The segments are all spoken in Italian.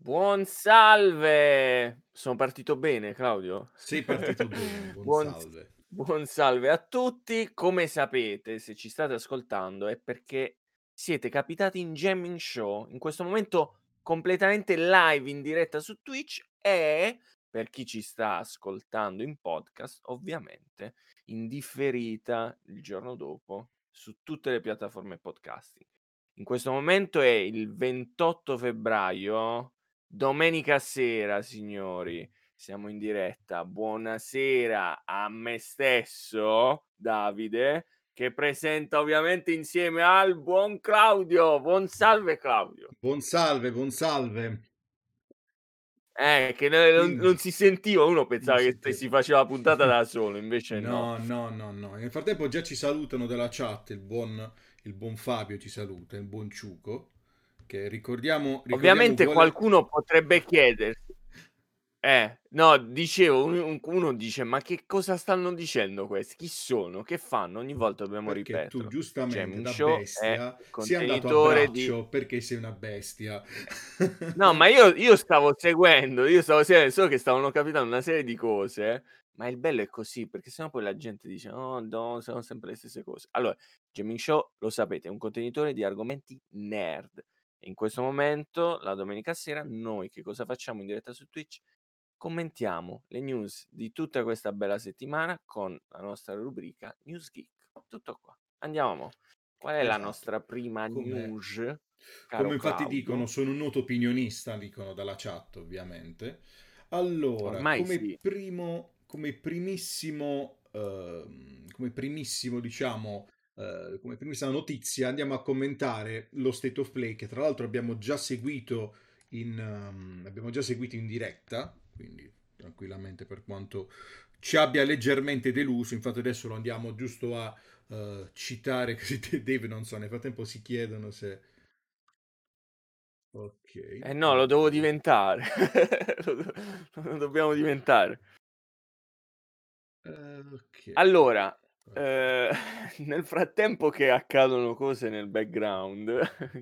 Buon salve! Sono partito bene, Claudio? Sei partito bene, buon Buon s salve. buon salve a tutti. Come sapete, se ci state ascoltando è perché siete capitati in Jamming Show, in questo momento completamente live in diretta su Twitch e, per chi ci sta ascoltando in podcast, ovviamente in differita il giorno dopo su tutte le piattaforme podcasting. In questo momento è il 28 febbraio. Domenica sera, signori, siamo in diretta. Buonasera a me stesso, Davide, che presenta ovviamente insieme al buon Claudio. Buon salve, Claudio. Buon salve, buon salve. Che non Quindi, si sentiva, uno non pensava che si sentite. faceva la puntata da solo, invece no. No, no, no, no. Nel frattempo già ci salutano dalla chat, il buon Fabio ci saluta, il buon Ciuco, che ricordiamo Ovviamente vuole... qualcuno potrebbe chiedersi. No, dicevo, uno dice: "Ma che cosa stanno dicendo questi? Chi sono? Che fanno?" Ogni volta dobbiamo Perché tu ripeterlo. giustamente Jamming da Show è bestia il sei andato a contenitore di braccio perché sei una bestia. no, ma io stavo seguendo, solo che stavano capitando una serie di cose, ma il bello è così, perché sennò poi la gente dice: "Oh no, sono sempre le stesse cose." Allora, Jamming Show, lo sapete, è un contenitore di argomenti nerd. E in questo momento, la domenica sera, noi che cosa facciamo in diretta su Twitch? Commentiamo le news di tutta questa bella settimana con la nostra rubrica News Geek. Tutto qua. Andiamo. Qual è la Esatto. nostra prima Come, news, come caro infatti dicono, Claudio? sono un noto opinionista, dicono dalla chat, ovviamente. Allora, Ormai sì. come primissima notizia, andiamo a commentare lo State of Play, che tra l'altro abbiamo già seguito in diretta, quindi tranquillamente per quanto ci abbia leggermente deluso. Infatti adesso lo andiamo giusto a citare, così Dave non so, nel frattempo si chiedono se... Ok, Eh no, lo devo allora... diventare. Lo dobbiamo diventare. Ok, Allora, perfetto. ehm, nel frattempo che accadono cose nel background,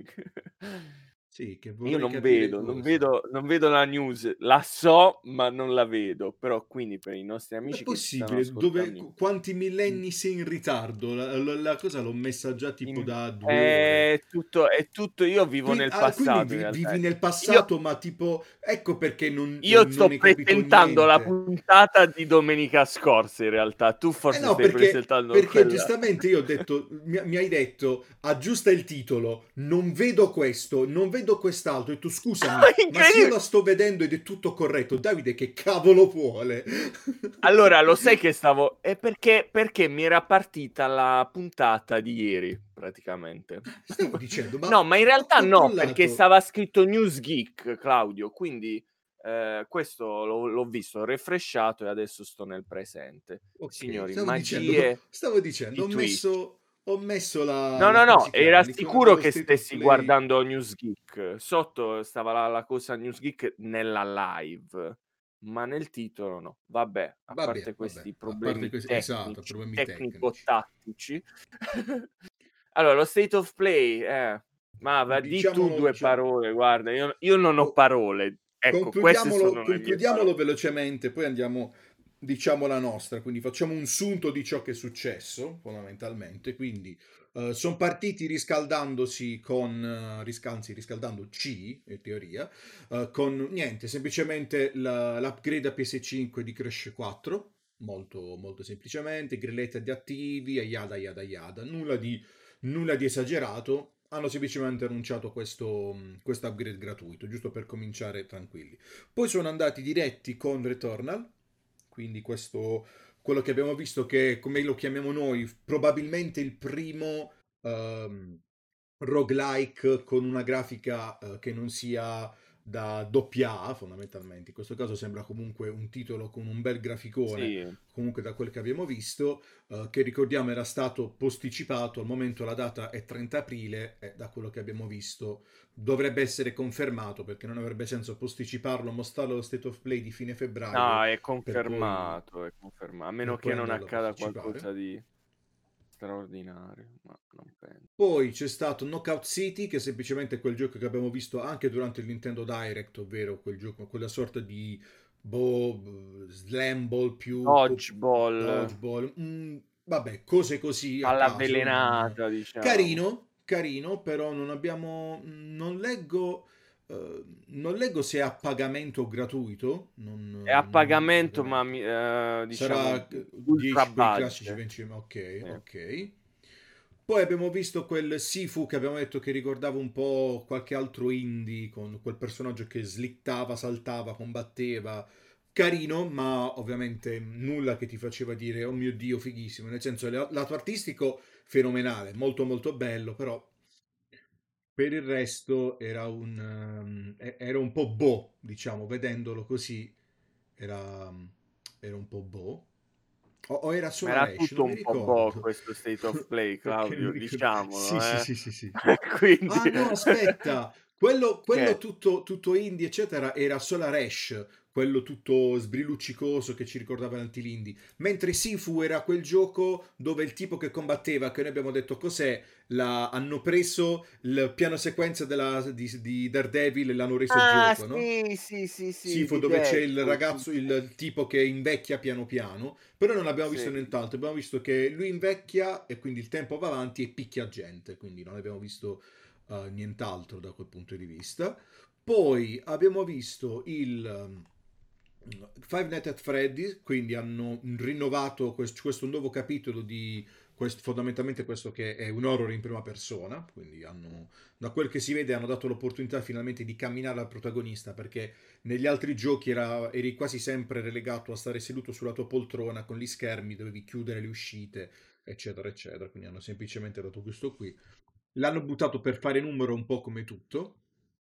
Sì, che io vorrei non capire vedo non cosa. vedo non vedo la news. La so, ma non la vedo. Però quindi per i nostri Com'è amici che ci stanno possibile? ascoltando Quanti in millenni sei in ritardo? La cosa l'ho messa già tipo in da 2 ore. è tutto io vivo nel Quindi passato in realtà. vivi nel Io passato, ma tipo, ecco perché io non sto hai capito presentando la niente. puntata di domenica scorsa in realtà. Tu Eh forse no, stai perché, presentando perché quella. giustamente io ho detto, mi hai detto, aggiusta il titolo, non vedo questo, non vedo quest'altro, e tu scusami, ma se io Incredibile. la sto vedendo ed è tutto corretto, Davide che cavolo vuole? Allora, lo sai che stavo perché mi era partita la puntata di ieri, praticamente. Stavo dicendo, ma No, ma in ho realtà no, perché controllato. stava scritto News Geek, Claudio, quindi, questo l'ho visto, ho refreshato e adesso sto nel presente. Ok, Signori, stavo magie dicendo, di Twitch. ho messo No, la no, come no, si chiama? era L'icona sicuro dello che State of stessi Play. guardando News Geek. Sotto stava la cosa News Geek nella live, ma nel titolo no. Vabbè, a parte Vabbè, questi a parte problemi così, esatto, tecnici, problemi tecnici. tecnico-tattici. Allora, lo State of Play, ma va di tu Diciamolo, 2 diciamo, parole, guarda, io non ho co- parole. Ecco, queste sono le mie concludiamolo parole. velocemente, poi andiamo, diciamo, la nostra. Quindi facciamo un sunto di ciò che è successo, fondamentalmente. Quindi sono partiti riscaldandosi anzi, riscaldandoci, in teoria, con niente, semplicemente l'upgrade a PS5 di Crash 4. Molto, molto semplicemente, grillette di attivi e yada yada yada. Nulla di esagerato, hanno semplicemente annunciato questo upgrade gratuito, giusto per cominciare tranquilli. Poi sono andati diretti con Returnal, quindi quello che abbiamo visto che, come lo chiamiamo noi, probabilmente il primo roguelike con una grafica che non sia da doppia A, fondamentalmente. In questo caso sembra comunque un titolo con un bel graficone, Sì. comunque da quel che abbiamo visto, che ricordiamo era stato posticipato. Al momento la data è 30 aprile e da quello che abbiamo visto dovrebbe essere confermato, perché non avrebbe senso posticiparlo, mostrarlo allo State of Play di fine febbraio No, è per poi, confermato, è conferma a meno per che poi non andarlo a accada posticipare. qualcosa di straordinario, ma non penso. Poi c'è stato Knockout City, che è semplicemente quel gioco che abbiamo visto anche durante il Nintendo Direct, ovvero quel gioco, quella sorta di slam ball più Dodgeball, dodgeball, vabbè, cose così a palla caso, non... avvelenata diciamo. carino, carino, però non abbiamo, non leggo se è a pagamento o gratuito, È a pagamento ma ovviamente. diciamo Sarà ultra 10 quei classici budget. 20, ok, Sì. ok. Poi abbiamo visto quel Sifu che abbiamo detto che ricordava un po' qualche altro indie con quel personaggio che slittava, saltava, combatteva. Carino, ma ovviamente nulla che ti faceva dire oh mio Dio, fighissimo. Nel senso, lato artistico fenomenale, molto molto bello, però per il resto era un po' boh, diciamo, vedendolo così era, era un po' boh. O era Ma Solar era Ash, non tutto mi un po' boh ricordo. questo State of Play, Perché non Claudio, ricordo. Sì, diciamolo, sì, sì, sì, sì. Quindi Ah no, aspetta, quello che tutto indie, eccetera, era Solar Ash, quello tutto sbriluccicoso che ci ricordava l'antilindie. Mentre Sifu era quel gioco dove il tipo che combatteva, che noi abbiamo detto cos'è, hanno preso il piano sequenza di Daredevil e l'hanno reso ah gioco, no? sì, sì, sì, sì, Sifo di dove c'è il Deadpool, sì, ragazzo, sì, il tipo che invecchia piano piano, però non abbiamo visto sì. nient'altro, abbiamo visto che lui invecchia e quindi il tempo va avanti e picchia gente, quindi non abbiamo visto nient'altro da quel punto di vista. Poi abbiamo visto il Five Nights at Freddy's, quindi hanno rinnovato questo nuovo capitolo di fondamentalmente questo che è un horror in prima persona, quindi da quel che si vede hanno dato l'opportunità finalmente di camminare al protagonista perché negli altri giochi eri quasi sempre relegato a stare seduto sulla tua poltrona con gli schermi, dovevi chiudere le uscite, eccetera, eccetera. Quindi hanno semplicemente dato questo qui. L'hanno buttato per fare numero un po' come tutto.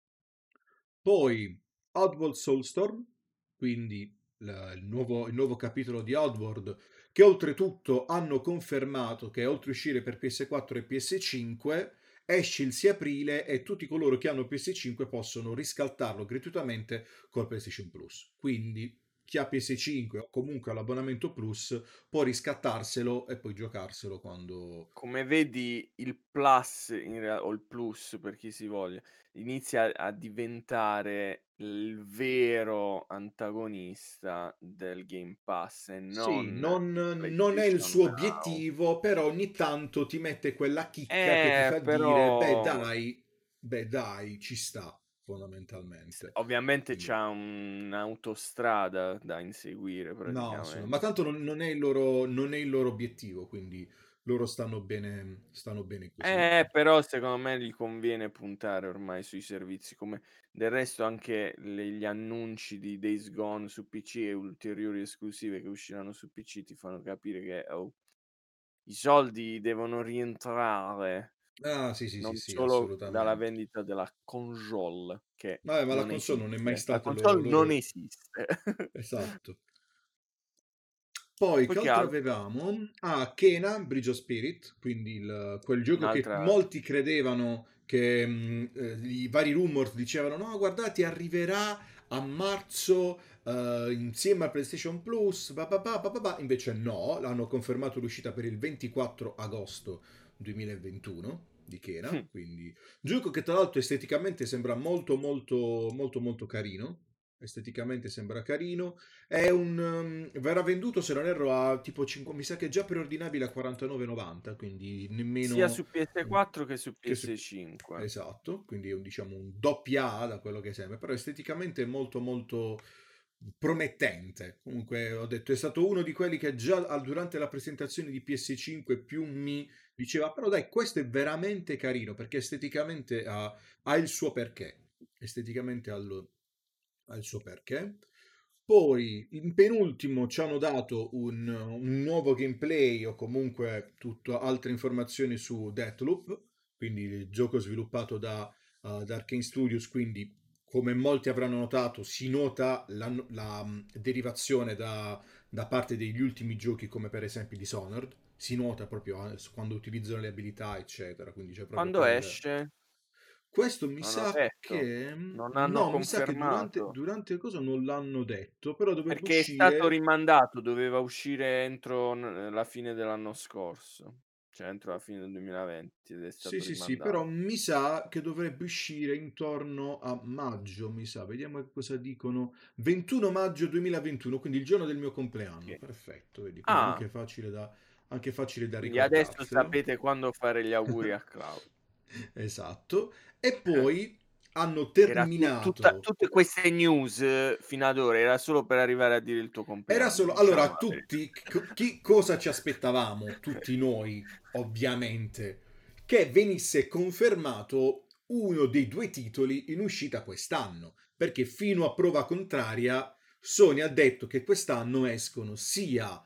Poi Oddworld Soulstorm, quindi il nuovo capitolo di Oddworld, che oltretutto hanno confermato che oltre a uscire per PS4 e PS5 esce il 6 aprile e tutti coloro che hanno PS5 possono riscaldarlo gratuitamente col PlayStation Plus. Quindi chi ha PS5 o comunque ha l'abbonamento Plus può riscattarselo e poi giocarselo quando... Come vedi il Plus o il Plus per chi si voglia, inizia a diventare il vero antagonista del Game Pass e Sì, non il non è il PlayStation suo Now. obiettivo, però ogni tanto ti mette quella chicca che ti fa dire, Però beh dai, ci sta, fondamentalmente. ovviamente Quindi, c'ha un'autostrada da inseguire no, ma praticamente. tanto non è non è il loro obiettivo, quindi loro stanno bene così. Però secondo me gli conviene puntare ormai sui servizi come del resto anche gli annunci di Days Gone su PC e ulteriori esclusive che usciranno su PC ti fanno capire che, oh, i soldi devono rientrare, Ah, sì, sì, sì, non sì, solo dalla assolutamente. vendita della console che Vabbè, ma la non console non è mai esiste. La stata console non loro... esiste. Esatto. Poi, Poi che che altro altro? avevamo? Ah, Kena, Bridge of Spirit, quindi quel gioco che Un'altra molti credevano che i vari rumors dicevano no, guardate, arriverà a marzo insieme a PlayStation Plus, invece no, l'hanno confermato l'uscita per il 24 agosto 2021 di Kena, quindi gioco che tra l'altro esteticamente sembra molto molto molto molto carino, esteticamente sembra carino, verrà venduto se non erro a tipo 5, mi sa che è già preordinabile a 49,90, quindi sia nemmeno su PS4 che su che su... PS5. Esatto, quindi è un, diciamo un doppia A da quello che sembra, però esteticamente è molto molto promettente. Comunque ho detto è stato uno di quelli che già durante la presentazione di PS5 più mi diceva però dai, questo è veramente carino perché esteticamente ha il suo perché. Esteticamente ha il suo perché. Poi in penultimo ci hanno dato un nuovo gameplay o comunque altre informazioni su Deathloop, quindi il gioco sviluppato da Arkane Studios, quindi come molti avranno notato si nota la derivazione da parte degli ultimi giochi come per esempio Dishonored, si nota proprio quando utilizzano le abilità eccetera, quindi c'è proprio Quando quel... esce? Questo mi Non hanno sa detto, che... non hanno No, mi sa che confermato, durante il coso non l'hanno detto, però dovrebbe perché è stato uscire... rimandato, doveva uscire entro la fine dell'anno scorso. cioè entro la fine del 2020 ed è Sì, stato sì, sì, però rimandato. mi sa che dovrebbe uscire intorno a maggio, mi sa. Vediamo che cosa dicono. 21 maggio 2021, quindi il giorno del mio compleanno. Okay. Perfetto, vedi, quindi Ah, anche facile da quindi adesso ricordarselo. sapete quando fare gli auguri a Clau Esatto. E poi hanno Era terminato. tutte queste news fino ad ora era solo per arrivare a dire il tuo Era compleanno, solo, diciamo allora, la verità. tutti, cosa ci aspettavamo? Tutti noi, ovviamente, che venisse confermato uno dei due titoli in uscita quest'anno, perché fino a prova contraria Sony ha detto che quest'anno escono sia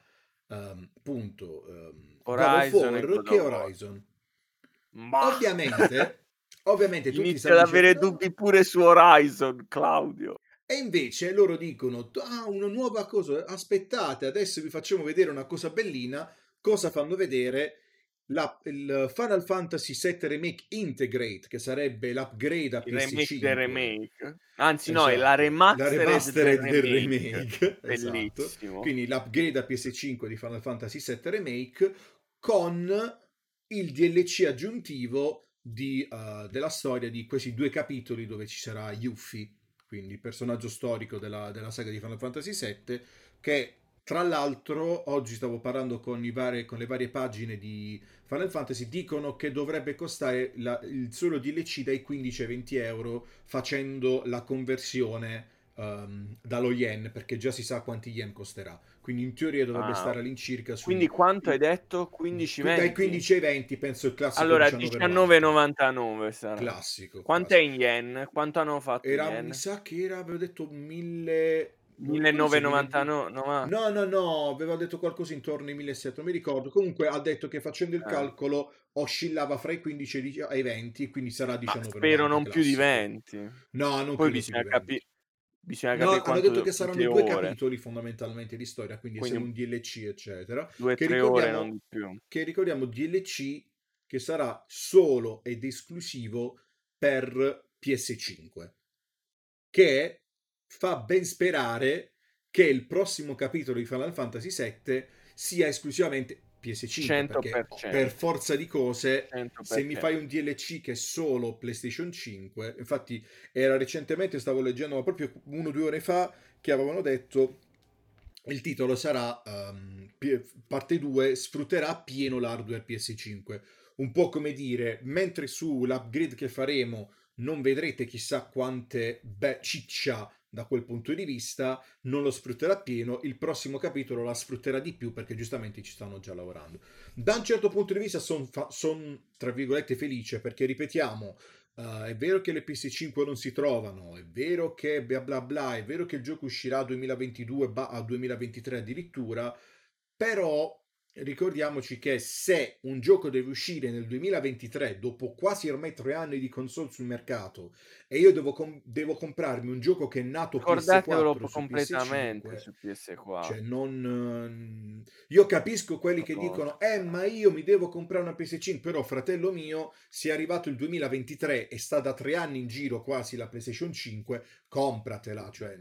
appunto God of Horizon e War God che of War. Horizon. Mah! Ovviamente tutti Inizio stanno ad dicendo avere no, dubbi pure su Horizon, Claudio. e invece loro dicono, ah, una nuova cosa, aspettate, adesso vi facciamo vedere una cosa bellina. Cosa fanno vedere? Il Final Fantasy VII Remake Integrate, che sarebbe l'upgrade a Il remake del PS5. remake. Anzi no, è la Esatto, la remastered del remastered del remake. remake, esatto. Bellissimo. Quindi l'upgrade a PS5 di Final Fantasy VII Remake con il DLC aggiuntivo della storia di questi due capitoli dove ci sarà Yuffie, quindi il personaggio storico della saga di Final Fantasy VII, che tra l'altro oggi stavo parlando con le varie pagine di Final Fantasy, dicono che dovrebbe costare il solo DLC dai 15 ai 20 euro facendo la conversione dallo yen, perché già si sa quanti yen costerà. Quindi in teoria dovrebbe Ah, stare all'incirca quindi sui quanto hai detto? 15, dai 20? 15 ai 20, penso il classico Allora 19,90. 19,99 sarà. Classico, Quant'è classico. in yen? Quanto hanno fatto in Mi yen? sa che era, avevo detto 1000, non ricordo se 1200. 1999. No, no, no, aveva detto qualcosa intorno ai 1700, non mi ricordo. Comunque ha detto che facendo il Eh. calcolo oscillava fra i 15 e i 20, quindi sarà Ma spero 19,90 non più di classico. 20. No, non Poi credo più di 20. bisogna No, capì hanno detto quanto che quante saranno due ore, capitoli fondamentalmente di storia, quindi essendo quindi un DLC, eccetera, 2, che 3 ore, non ricordiamo, di più. DLC che sarà solo ed esclusivo per PS5, che fa ben sperare che il prossimo capitolo di Final Fantasy VII sia esclusivamente PS5, perché per 100%, forza di cose, se mi 100%. fai un DLC che è solo PlayStation 5, infatti era recentemente, stavo leggendo ma proprio 1 o 2 ore fa, che avevano detto il titolo sarà parte 2, sfrutterà appieno l'hardware PS5. Un po' come dire, mentre sull'upgrade che faremo non vedrete chissà quante ciccia da quel punto di vista, non lo sfrutterà appieno, il prossimo capitolo la sfrutterà di più perché giustamente ci stanno già lavorando. Da un certo punto di vista sono, tra virgolette, felice perché, ripetiamo, è vero che le PS5 non si trovano, è vero che bla bla bla, è vero che il gioco uscirà a 2022 a 2023 addirittura, però ricordiamoci che se un gioco deve uscire nel 2023, dopo quasi ormai 3 anni di console sul mercato, e io devo comprarmi un gioco che è nato Scordatevelo PS4 su completamente PS5, su cioè PS4. non... Io capisco quelli che Proprio dicono, ma io mi devo comprare una PS5, però fratello mio, se è arrivato il 2023 e sta da 3 anni in giro quasi la PlayStation 5, compratela, cioè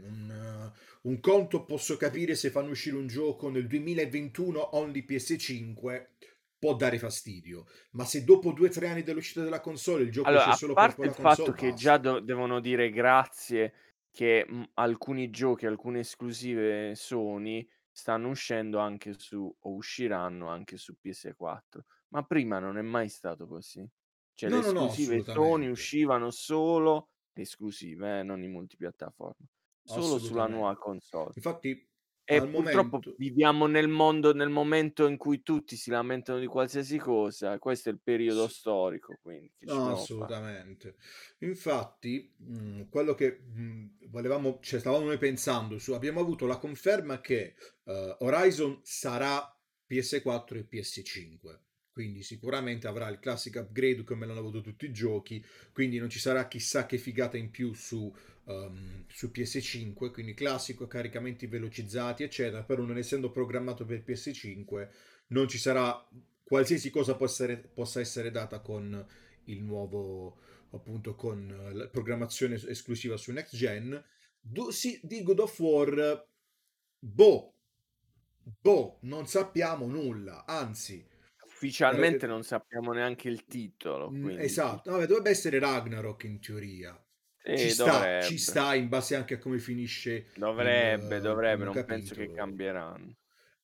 un conto posso capire se fanno uscire un gioco nel 2021 only PS5, può dare fastidio, ma se dopo 2 o 3 anni dall'uscita della console il gioco allora, esce a solo per parte quella il fatto console, che già basta. devono dire grazie che, alcuni giochi, alcune esclusive Sony stanno uscendo anche su o usciranno anche su PS4, ma prima non è mai stato così. Cioè le No, no, no, esclusive Sony assolutamente, uscivano solo le esclusive, non in multipiattaforma, solo sulla nuova assolutamente. console. Infatti, E al purtroppo momento... viviamo nel momento in cui tutti si lamentano di qualsiasi cosa, questo è il periodo Sì. storico, quindi che ci No, dobbiamo fa'? assolutamente. Infatti, quello che volevamo, cioè stavamo noi pensando su, abbiamo avuto la conferma che Horizon sarà PS4 e PS5. Quindi sicuramente avrà il classic upgrade come l'hanno avuto tutti i giochi, quindi non ci sarà chissà che figata in più su PS5, quindi classico, caricamenti velocizzati, eccetera, però non essendo programmato per PS5 non ci sarà qualsiasi cosa possa essere data con il nuovo, appunto, con la programmazione esclusiva su Next Gen. Sì, di God of War, boh, non sappiamo nulla, anzi, ufficialmente non sappiamo neanche il titolo, quindi Esatto. Vabbè, dovrebbe essere Ragnarok in teoria. sì, Ci dovrebbe. sta in base anche a come finisce il Dovrebbe, primo non penso che capitolo. cambieranno.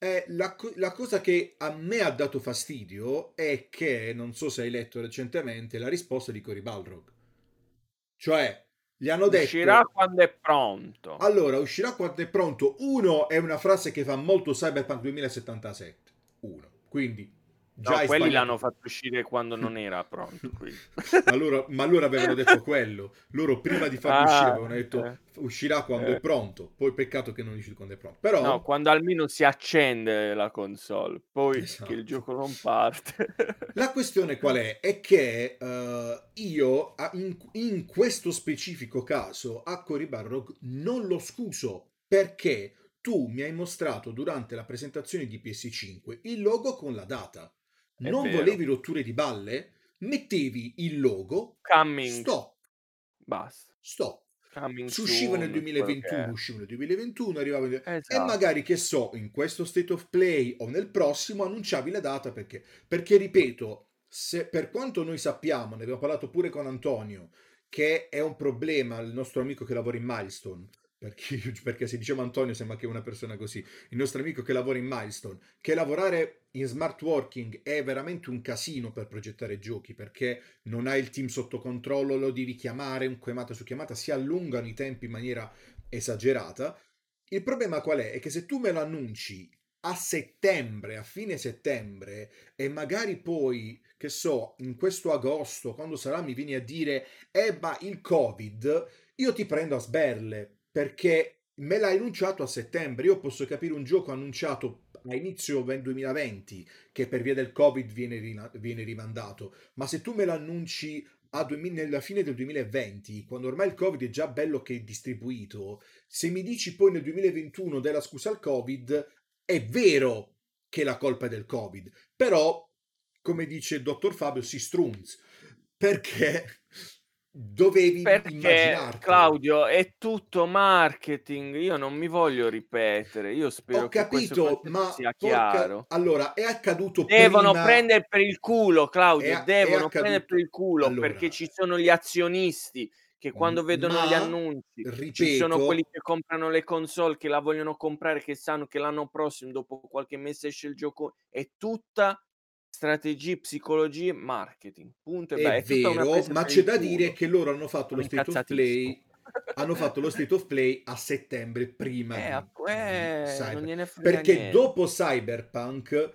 La cosa che a me ha dato fastidio è che, non so se hai letto recentemente, la risposta di Cory Balrog. Cioè, gli hanno Uscirà detto, quando è pronto. allora, uscirà quando è pronto. Uno è una frase che fa molto Cyberpunk 2077. Uno. Quindi, già No, hai quelli sbagliato l'hanno tu. fatto uscire quando non era pronto, quindi. Ma loro avevano detto quello. Loro prima di farlo uscire Ah, avevano detto eh, uscirà quando è eh. pronto. Poi peccato che non uscì quando è pronto. No, Però, quando almeno si accende la console, poi che il esatto. gioco non parte. La questione qual è? È che io in questo specifico caso a Cory Barlog non lo scuso perché tu mi hai mostrato durante la presentazione di PS5 il logo con la data. È Non vero. volevi rotture di balle? Mettevi il logo, Coming s stop, basta. stop. Coming Se usciva nel soon, quello che 2021, è. usciva nel 2021, arrivava e Esatto. magari che so, in questo State of Play o nel prossimo annunciavi la data perché ripeto, se per quanto noi sappiamo, ne abbiamo parlato pure con Antonio, che è un problema il nostro amico che lavora in Milestone, perché se diciamo Antonio sembra che è una persona così, il nostro amico che lavora in Milestone, che lavorare in smart working è veramente un casino per progettare giochi, perché non hai il team sotto controllo, lo devi chiamare, un chiamata su chiamata, si allungano i tempi in maniera esagerata. Il problema qual è? È che se tu me lo annunci a settembre, a fine settembre, e magari poi, che so, in questo agosto, quando sarà, mi vieni a dire, ma il Covid, io ti prendo a sberle, perché me l'hai annunciato a settembre. Io posso capire un gioco annunciato a inizio 2020 che per via del Covid viene rimandato, ma se tu me lo annunci nella fine del 2020, quando ormai il Covid è già bello che è distribuito, se mi dici poi nel 2021 della scusa al Covid, è vero che la colpa è del Covid, però, come dice il dottor Fabio, si strunz, perché dovevi Perché immaginartelo. Claudio è tutto marketing, io non mi voglio ripetere, io Ho spero che questo capito, concetto ma sia porca... chiaro. Allora, è accaduto Devono prima... prendere per il culo, Claudio, È devono prendere per accaduto... il culo perché Allora, ci sono gli azionisti che quando vedono gli ma, annunci, ci sono quelli ripeto, che comprano le console che la vogliono comprare, che sanno che l'anno prossimo, dopo qualche mese esce il gioco, è tutta strategie, psicologie, marketing. Punto e è è tutta una vero, presa ma per c'è il da dire culo. che loro hanno fatto lo Sono State of incazzatissimo. Play, hanno fatto lo State of Play a settembre prima di Non Cyber, gliene frega perché niente. dopo Cyberpunk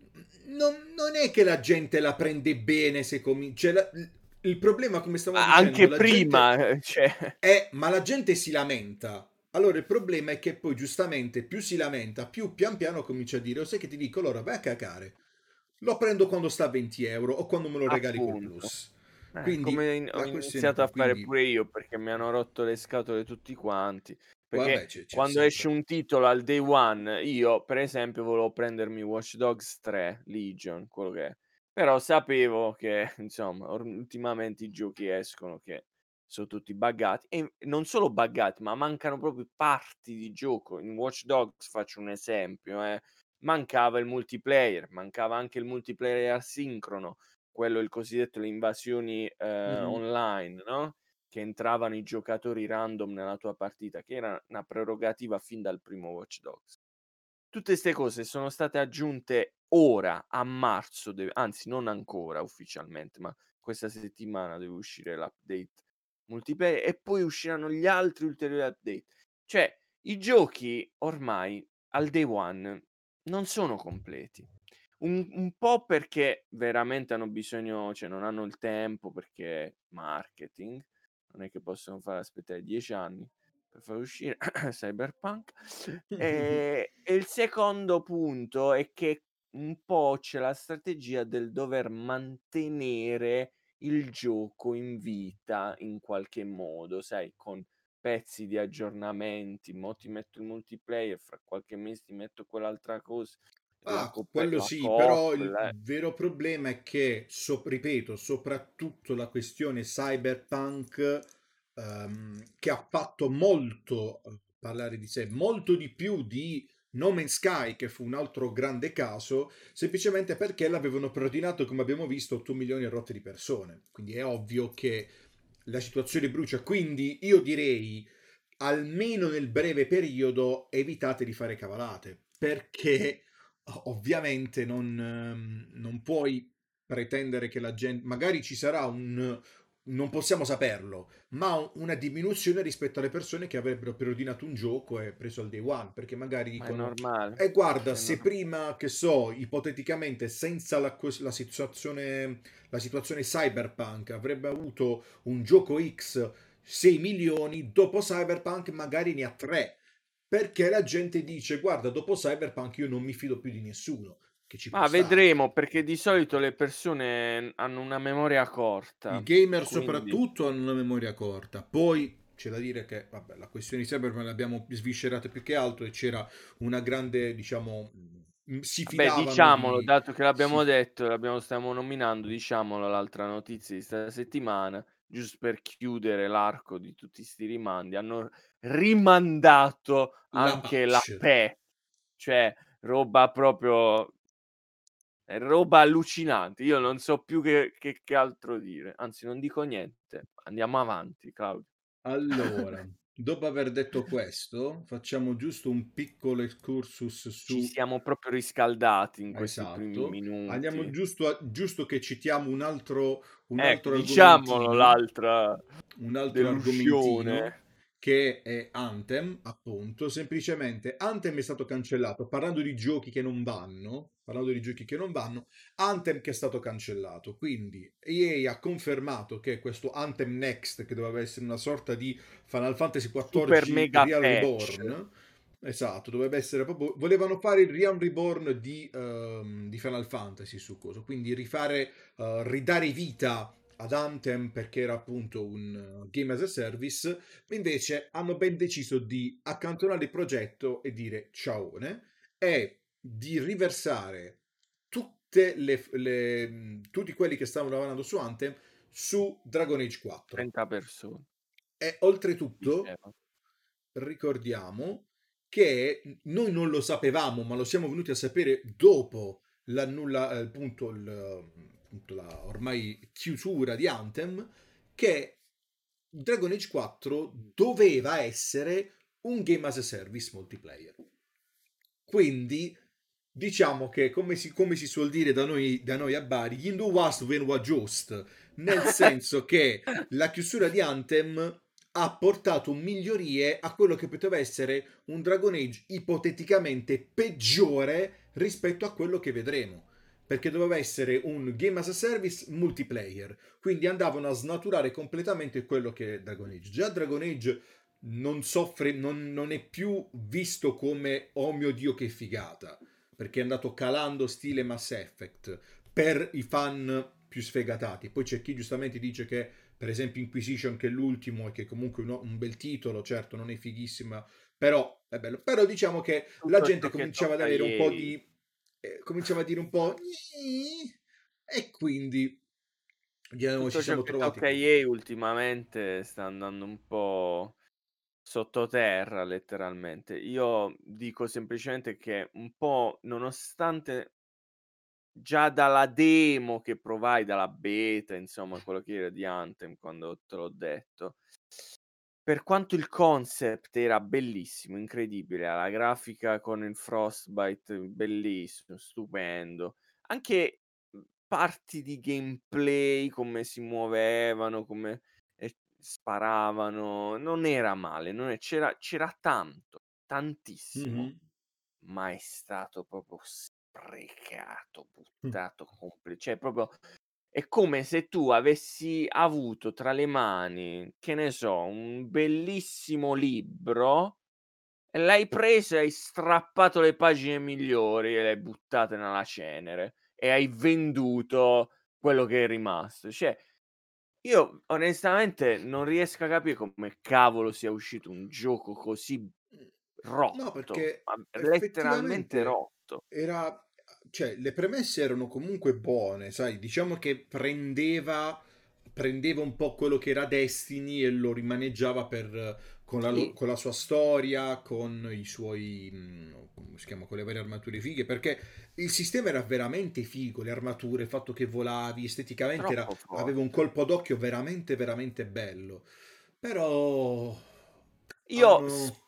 non è che la gente la prende bene se comincia... il problema, come stavo Ma dicendo, anche la gente prima, cioè ma la gente si lamenta. Allora il problema è che poi giustamente più si lamenta, più pian piano comincia a dire, sai che ti dico, allora vai a cacare. Lo prendo quando sta a 20 euro o quando me lo regali col appunto. plus. Quindi Come ho la questione è iniziato qui. a fare Quindi, pure io, perché mi hanno rotto le scatole tutti quanti. vabbè, Perché c'è quando esce sempre. un titolo al day one, io per esempio volevo prendermi Watch Dogs 3 Legion, quello che è. Però sapevo che, insomma, ultimamente i giochi escono che sono tutti buggati. E non solo buggati, ma mancano proprio parti di gioco. In Watch Dogs faccio un esempio, mancava il multiplayer, mancava anche il multiplayer asincrono, quello il cosiddetto le invasioni, Mhm. online, no, che entravano i giocatori random nella tua partita, che era una prerogativa fin dal primo Watch Dogs. Tutte 'ste cose sono state aggiunte ora a marzo, anzi non ancora ufficialmente, ma questa settimana deve uscire l'update multiplayer e poi usciranno gli altri ulteriori update. Cioè, i giochi ormai al day one non sono completi. Un po' perché veramente hanno bisogno, cioè non hanno il tempo perché marketing, non è che possono far aspettare 10 anni per far uscire Cyberpunk. E il secondo punto è che un po' c'è la strategia del dover mantenere il gioco in vita in qualche modo, sai, con pezzi di aggiornamenti, mo' ti metto il multiplayer, fra qualche mese ti metto quell'altra cosa, Quello la sì, coop, però il la vero problema è che, ripeto, soprattutto la questione cyberpunk, che ha fatto molto parlare di sé, molto di più di No Man's Sky, che fu un altro grande caso, semplicemente perché l'avevano preordinato, come abbiamo visto, 8 milioni e rotte di persone. Quindi è ovvio che la situazione brucia. Quindi io direi, almeno nel breve periodo, evitate di fare cavalate, perché ovviamente non puoi pretendere che la gente... Magari ci sarà un... Non possiamo saperlo, ma una diminuzione rispetto alle persone che avrebbero preordinato un gioco e preso al day one, perché magari Ma è dicono, normale. e guarda, È se nor- prima, che so, ipoteticamente, senza la situazione cyberpunk, avrebbe avuto un gioco X 6 milioni, dopo cyberpunk magari ne ha 3, perché la gente dice, guarda, dopo cyberpunk io non mi fido più di nessuno, che ci può Ma stare. vedremo, perché di solito le persone hanno una memoria I corta, gamer quindi soprattutto hanno una memoria corta. Poi c'è da dire che, vabbè, la questione di Cyberpunk l'abbiamo sviscerata più che altro e c'era una grande, diciamo, si vabbè, fidavano diciamolo, di... dato che l'abbiamo Si, detto, stiamo nominando, diciamolo, l'altra notizia di questa settimana, giusto per chiudere l'arco di tutti sti rimandi, hanno rimandato la anche la patch. PE, cioè roba proprio, roba allucinante. Io non so più che altro dire, anzi non dico niente, andiamo avanti, Claudio. Allora, dopo aver detto questo, facciamo giusto un piccolo excursus Ci su... siamo proprio riscaldati in questi primi Esatto. Andiamo minuti. giusto che citiamo un Ecco, altro diciamolo argomentino, l'altra un altro argomentino dell'uscione. che è Anthem, appunto. Semplicemente Anthem è stato cancellato. Parlando di giochi che non vanno, Anthem che è stato cancellato. Quindi EA ha confermato che questo Anthem Next, che doveva essere una sorta di Final Fantasy Super XIV mega Real patch. Reborn, esatto, dovrebbe essere proprio... Volevano fare il Realm Reborn di Final Fantasy su cosa, quindi ridare vita ad Anthem perché era appunto un game as a service, invece hanno ben deciso di accantonare il progetto e dire ciaone e di riversare tutti quelli che stavano lavorando su Anthem su Dragon Age 4. 30 persone, E oltretutto diceva. ricordiamo che noi non lo sapevamo, ma lo siamo venuti a sapere dopo appunto la ormai chiusura di Anthem, che Dragon Age 4 doveva essere un game as a service multiplayer. Quindi diciamo che, come si suol dire da noi a Bari, gli was venua giust, nel senso che la chiusura di Anthem ha portato migliorie a quello che poteva essere un Dragon Age ipoteticamente peggiore rispetto a quello che vedremo. Perché doveva essere un game as a service multiplayer. Quindi andavano a snaturare completamente quello che è Dragon Age. Già Dragon Age non soffre, non è più visto come oh mio dio che figata, perché è andato calando stile Mass Effect per i fan più sfegatati. Poi c'è chi giustamente dice che per esempio Inquisition, che è l'ultimo e che comunque un bel titolo, certo non è fighissima, però è bello. Però diciamo che la Tutto gente ciò che cominciava ad tocca avere un po' EA. di cominciava a dire un po' e quindi ci Tutto ciò siamo che trovati tocca con EA ultimamente sta andando un po' sottoterra letteralmente. Io dico semplicemente che un po' nonostante già dalla demo che provai, dalla beta, insomma quello che era di Anthem quando te l'ho detto, per quanto il concept era bellissimo, incredibile, la grafica con il Frostbite bellissimo, stupendo, anche, parti di gameplay, come si muovevano, come, sparavano, non era male, non è c'era tanto, tantissimo, Mhm. ma è stato proprio sprecato, buttato cioè proprio è come se tu avessi avuto tra le mani, che ne so, un bellissimo libro e l'hai preso e hai strappato le pagine migliori e le hai buttate nella cenere e hai venduto quello che è rimasto. Cioè, io onestamente non riesco a capire come cavolo sia uscito un gioco così No, rotto, perché ma letteralmente effettivamente rotto. era, cioè, le premesse erano comunque buone, sai, diciamo che prendeva un po' quello che era Destiny e lo rimaneggiava Sì, con la sua storia, con i suoi, come si chiama, con le varie armature fighe, perché il sistema era veramente figo, le armature, il fatto che volavi, esteticamente troppo aveva un forte. colpo d'occhio veramente, veramente bello. Però Io hanno...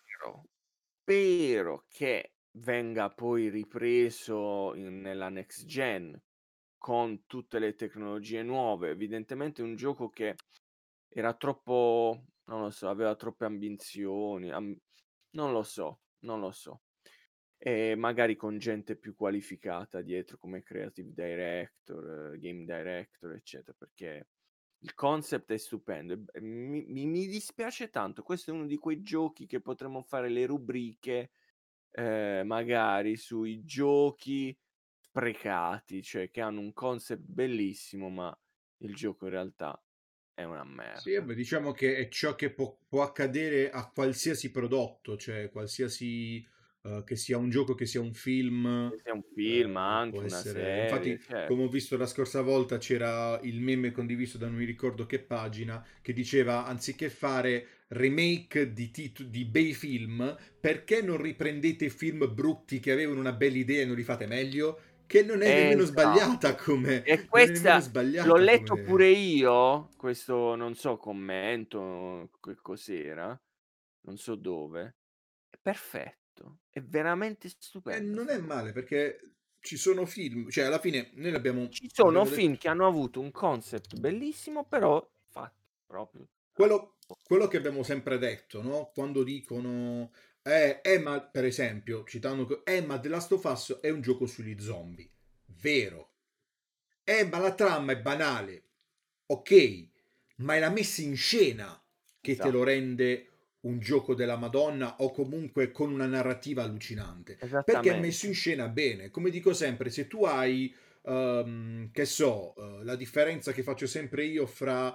spero che venga poi ripreso nella next gen con tutte le tecnologie nuove. Evidentemente è un gioco che era troppo, non lo so, aveva troppe ambizioni, non lo so, non lo so. E magari con gente più qualificata dietro come creative director, game director, eccetera, perché il concept è stupendo e mi dispiace tanto. Questo è uno di quei giochi che potremmo fare le rubriche, magari sui giochi sprecati, cioè che hanno un concept bellissimo, ma il gioco in realtà è una Sì, merda. beh, diciamo che è ciò che può accadere a qualsiasi prodotto, cioè qualsiasi che sia un gioco, che sia un film, Se sia un film, può anche una essere. serie, Infatti, come ho certo. visto la scorsa volta, c'era il meme condiviso da non mi ricordo che pagina che diceva: anziché fare remake di bei film, perché non riprendete film brutti che avevano una bella idea e non li fate meglio? Che non è nemmeno sbagliata Esatto. come, E non è nemmeno questa l'ho sbagliata letto come... pure io, questo non so commento, che cos'era, non so dove. È perfetto, è veramente stupenda Non 'sta è cosa. male perché ci sono film, cioè alla fine noi Ci sono l'abbiamo detto, film che hanno avuto un concept bellissimo, però fatti proprio a quello che abbiamo sempre detto, no? Quando dicono, ma per esempio, citando, ma The Last of Us è un gioco sugli zombie. Vero. Ma la trama è banale. Ok, ma è la messa in scena che te lo esatto, rende un gioco della Madonna o comunque con una narrativa allucinante. Perché è messo in esattamente. scena bene. Come dico sempre, se tu hai, che so, la differenza che faccio sempre io fra,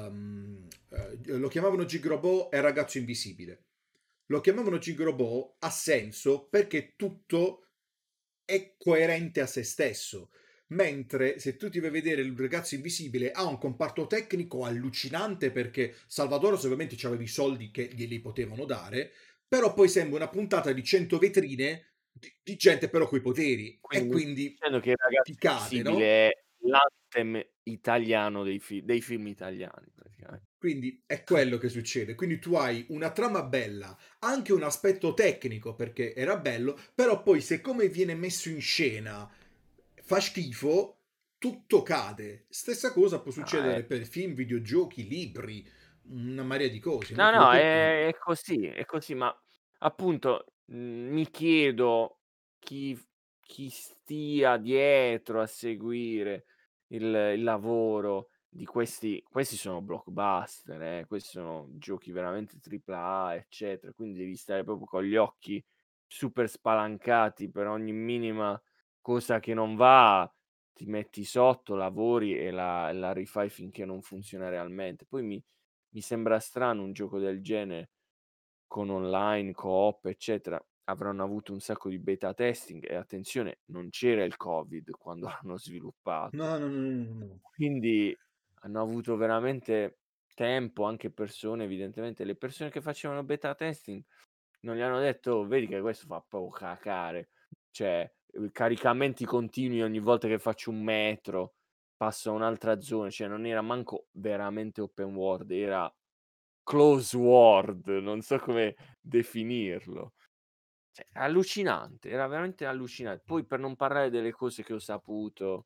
lo chiamavano Gigrobot e Ragazzo Invisibile. Lo chiamavano Gigrobot, ha senso perché tutto è coerente a se stesso. Mentre se tu ti vai a vedere il ragazzo invisibile ha un comparto tecnico allucinante perché Salvatore ovviamente aveva i soldi che glieli potevano dare, però poi sembra una puntata di 100 vetrine di gente però coi poteri e Quindi mi stai quindi dicendo che Il ti ragazzo cade, no? invisibile è l'anthem italiano dei film italiani praticamente. Quindi è quello che succede. Quindi tu hai una trama bella, anche un aspetto tecnico perché era bello, però poi se come viene messo in scena fa schifo, tutto cade. Stessa cosa può No, succedere per film, videogiochi, libri, una marea di cose, no? no, Come no, tutti. è così, ma appunto, mi chiedo chi stia dietro a seguire il lavoro di questi sono blockbuster, questi sono giochi veramente AAA, eccetera, quindi devi stare proprio con gli occhi super spalancati per ogni minima cosa che non va, ti metti sotto, lavori e la rifai finché non funziona realmente. Poi mi sembra strano un gioco del genere con online, co-op, eccetera. Avranno avuto un sacco di beta testing e attenzione, non c'era il Covid quando l'hanno sviluppato. No, no, no, no, no. Quindi hanno avuto veramente tempo, anche persone evidentemente le persone che facevano beta testing non gli hanno detto: "Oh, vedi che questo fa proprio cacare, cioè, caricamenti continui ogni volta che faccio un metro, passo a un'altra zona", cioè non era manco veramente open world, era close world, non so come definirlo. Cioè, allucinante, era veramente Poi per non parlare delle cose che ho saputo,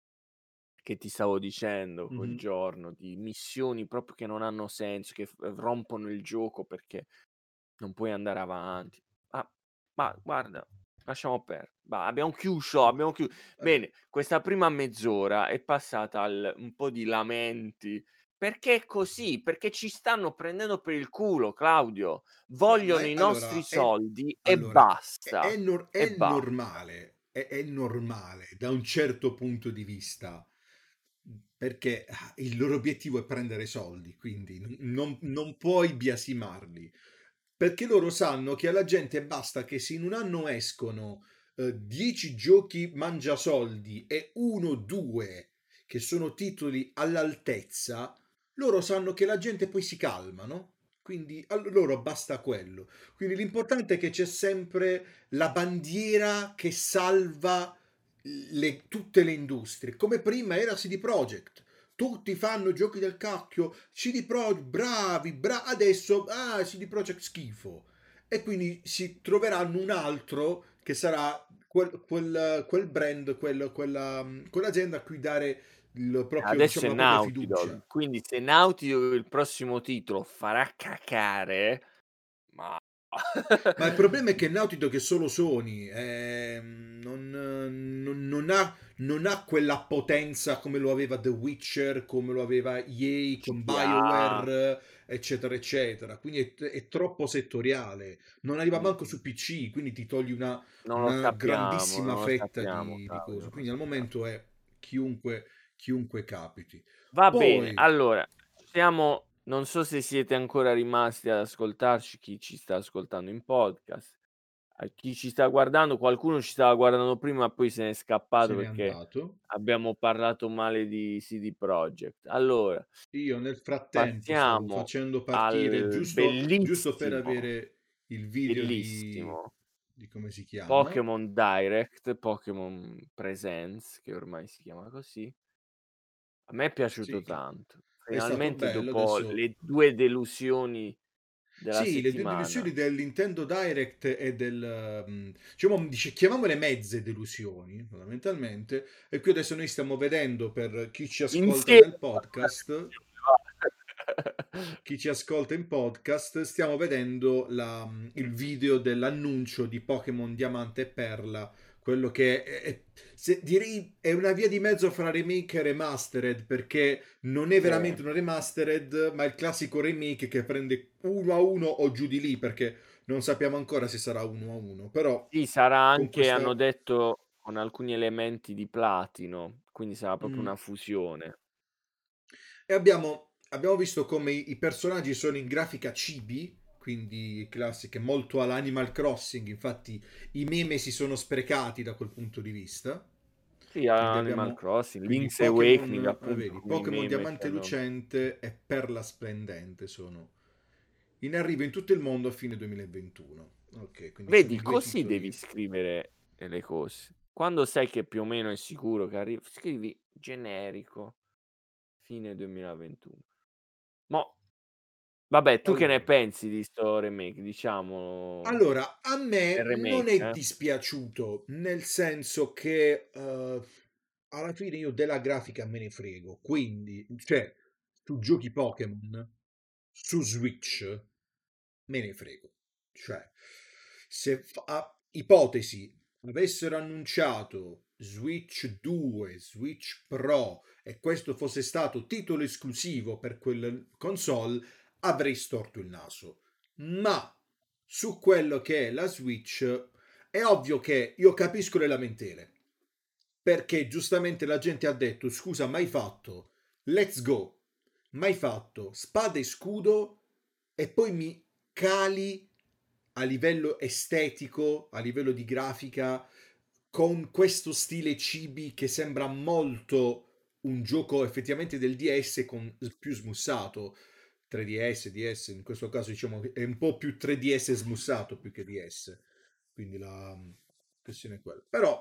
che ti stavo dicendo quel Mhm. giorno, di missioni proprio che non hanno senso, che rompono il gioco perché non puoi andare avanti. Ah, ma guarda, lasciamo bah, abbiamo Eh, bene, questa prima mezz'ora è passata al un po' di lamenti, perché è così, perché ci stanno prendendo per il culo, Claudio. ma Vogliono i nostri soldi e allora, basta, e è basta. normale, è normale da un certo punto di vista, perché il loro obiettivo è prendere soldi, quindi non puoi biasimarli, perché loro sanno che alla gente basta che se in un anno escono 10 giochi mangiasoldi e uno o due che sono titoli all'altezza, loro sanno che la gente poi si calma, no? Quindi a loro basta quello. Quindi l'importante è che c'è sempre la bandiera che salva tutte le industrie. Come prima era CD Projekt. Tutti fanno giochi del cacchio, CD Projekt, adesso, CD Projekt schifo. E quindi si troveranno un altro che sarà quel brand, quell'azienda a cui dare Adesso diciamo, è la propria Naughty fiducia. Dog, quindi se Naughty Dog il prossimo titolo farà cacare, ma Ma il problema è che Naughty Dog è solo Sony, non ha quella potenza come lo aveva The Witcher, come lo aveva EA con GTA, BioWare, eccetera, eccetera. Quindi è troppo settoriale. Non arriva manco mh-mh. su PC, quindi ti togli Non lo una sappiamo, grandissima non lo fetta sappiamo di Claudio, cose. non lo Quindi al sappiamo. momento è chiunque capiti. Va bene, Poi, allora siamo non so se siete ancora rimasti ad ascoltarci, chi ci sta ascoltando in podcast, a chi ci sta guardando, qualcuno ci stava guardando prima, poi se n'è se scappato n'è perché andato. abbiamo parlato male di CD Projekt. Allora, Io nel frattempo stavo passiamo facendo partire, al giusto per bellissimo, avere il video bellissimo di come si chiama. Pokémon Direct, Pokémon Presents, che ormai si chiama così. A me è piaciuto Sì, che tanto. è stato Finalmente bello. dopo Adesso, le 2 delusioni della sì, le due settimana. delusioni del Nintendo Direct e diciamo, chiamiamole mezze delusioni, fondamentalmente. E qui adesso noi stiamo vedendo, per chi ci ascolta Insieme nel podcast, va. chi ci ascolta in podcast, stiamo vedendo il video dell'annuncio di Pokémon Diamante e Perla, quello che direi è una via di mezzo fra remake e remastered, perché non è Sì. veramente una remastered, ma è il classico remake che prende uno a uno o giù di lì, perché non sappiamo ancora se sarà uno a uno, però Sì, sarà con anche hanno questa... detto con alcuni elementi di platino, quindi sarà proprio Mm. una fusione. E abbiamo visto come i personaggi sono in grafica chibi, quindi classiche, molto all'Animal Crossing, infatti i meme si sono sprecati da quel punto di vista. Sì, Quindi Animal abbiamo Crossing, quindi Link's Awakening appunto vedi, con i Pokémon meme che Diamante hanno Lucente e Perla Splendente sono in arrivo in tutto il mondo a fine 2021. Ok, quindi sono vedi, i due così devi titoli. scrivere, le cose. Quando sai che più o meno è sicuro che scrivi generico, fine 2021. Mo vabbè, tu che ne Allora, pensi di 'sto remake? Diciamolo, A è me non remake, è dispiaciuto, nel senso che alla fine io della grafica me ne frego, quindi, cioè, tu giochi Pokémon su Switch, me ne frego. Cioè, se ipotesi avessero annunciato Switch 2, Switch Pro e questo fosse stato titolo esclusivo per quel console, avrei storto il naso. Ma su quello che è la Switch, è ovvio che io capisco le lamentele. Perché giustamente la gente ha detto: scusa, mai fatto Let's Go, mai fatto Spada e Scudo, e poi mi cali a livello estetico, a livello di grafica, con questo stile cibi che sembra molto un gioco effettivamente del DS con più smussato. 3DS, DS, in questo caso diciamo che è un po' più 3DS smussato più che DS. Quindi la questione è quella. Però,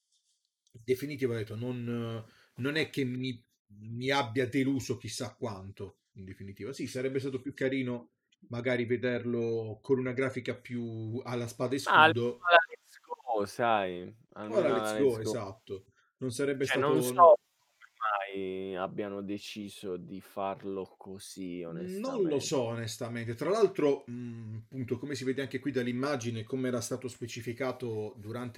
in definitiva, ho detto, non è che mi abbia deluso chissà quanto, in definitiva. Sì, sarebbe stato più carino magari vederlo con una grafica più alla spada e ma almeno scudo. alla Let's Go, sai, Ora almeno alla let's go, Let's Go. esatto. Non sarebbe Cioè, non stato... so come mai abbiano deciso di farlo così, Non lo so onestamente. onestamente. Tra l'altro, appunto, come si vede anche qui dall'immagine, come era stato specificato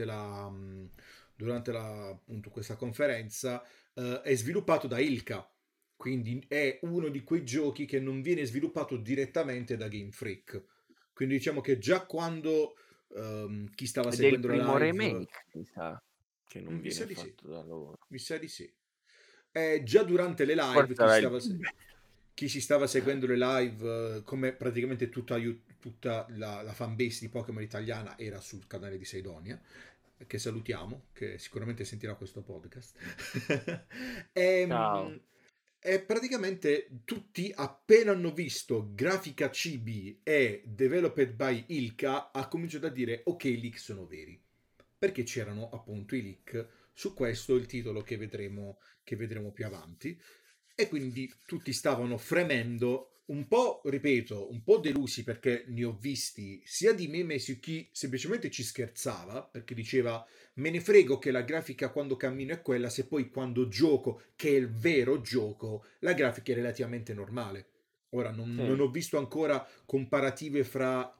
appunto, questa conferenza, è sviluppato da Ilka. Quindi è uno di quei giochi che non viene sviluppato direttamente da Game Freak. Quindi diciamo che già quando chi stava Ed è il seguendo primo la live... remake, mi sa, che non Mi sa viene di sì. fatto da loro. Mi sa di sì. Già durante le live, Forse sarà il più bello. chi si stava seguendo le live, come praticamente tutta la fanbase di Pokémon italiana era sul canale di Seidonia, che salutiamo, che sicuramente sentirà questo podcast. Ciao. Ehm, e praticamente tutti appena hanno visto grafica CB e developed by Ilka ha cominciato a dire ok, i leak sono veri. Perché c'erano appunto i leak su questo, il titolo che vedremo più avanti. E quindi tutti stavano fremendo, un po', ripeto, un po' delusi perché ne ho visti sia di meme su chi semplicemente ci scherzava, perché diceva me ne frego che la grafica quando cammino è quella, se poi quando gioco, che è il vero gioco, la grafica è relativamente normale. Ora, non Sì. ho visto ancora comparative fra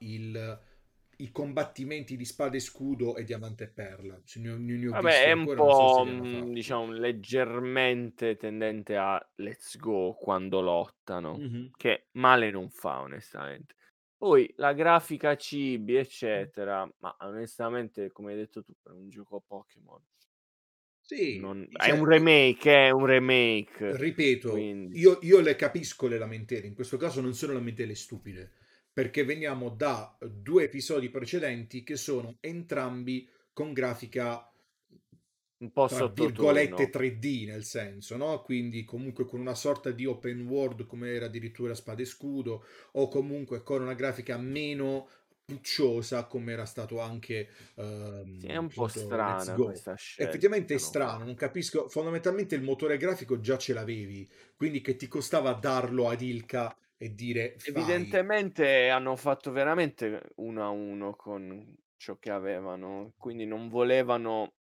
i combattimenti di spada e scudo e diamante e perla. Se ne ho Vabbè, visti è un ancora, non so se po', li hanno fatti. diciamo leggermente tendente a let's go quando lottano, Mhm. che male non fa onestamente. Poi la grafica cibi, eccetera, ma onestamente come hai detto tu per un gioco Pokémon Sì, non cioè, è un remake, ripeto, quindi io le capisco le lamentele, in questo caso non sono lamentele stupide, perché veniamo da due episodi precedenti che sono entrambi con grafica un po' tra virgolette sottotono. 3D nel senso, no? Quindi comunque con una sorta di open world come era addirittura Spada e Scudo o comunque con una grafica meno pucciosa come era stato anche Sì, è un po' appunto Let's strana Go. questa Effettivamente scelta è hanno strano, fa non capisco, fondamentalmente il motore grafico già ce l'avevi, quindi che ti costava darlo ad Ilka e dire fai. evidentemente hanno fatto veramente 1 a 1 con ciò che avevano, quindi non volevano,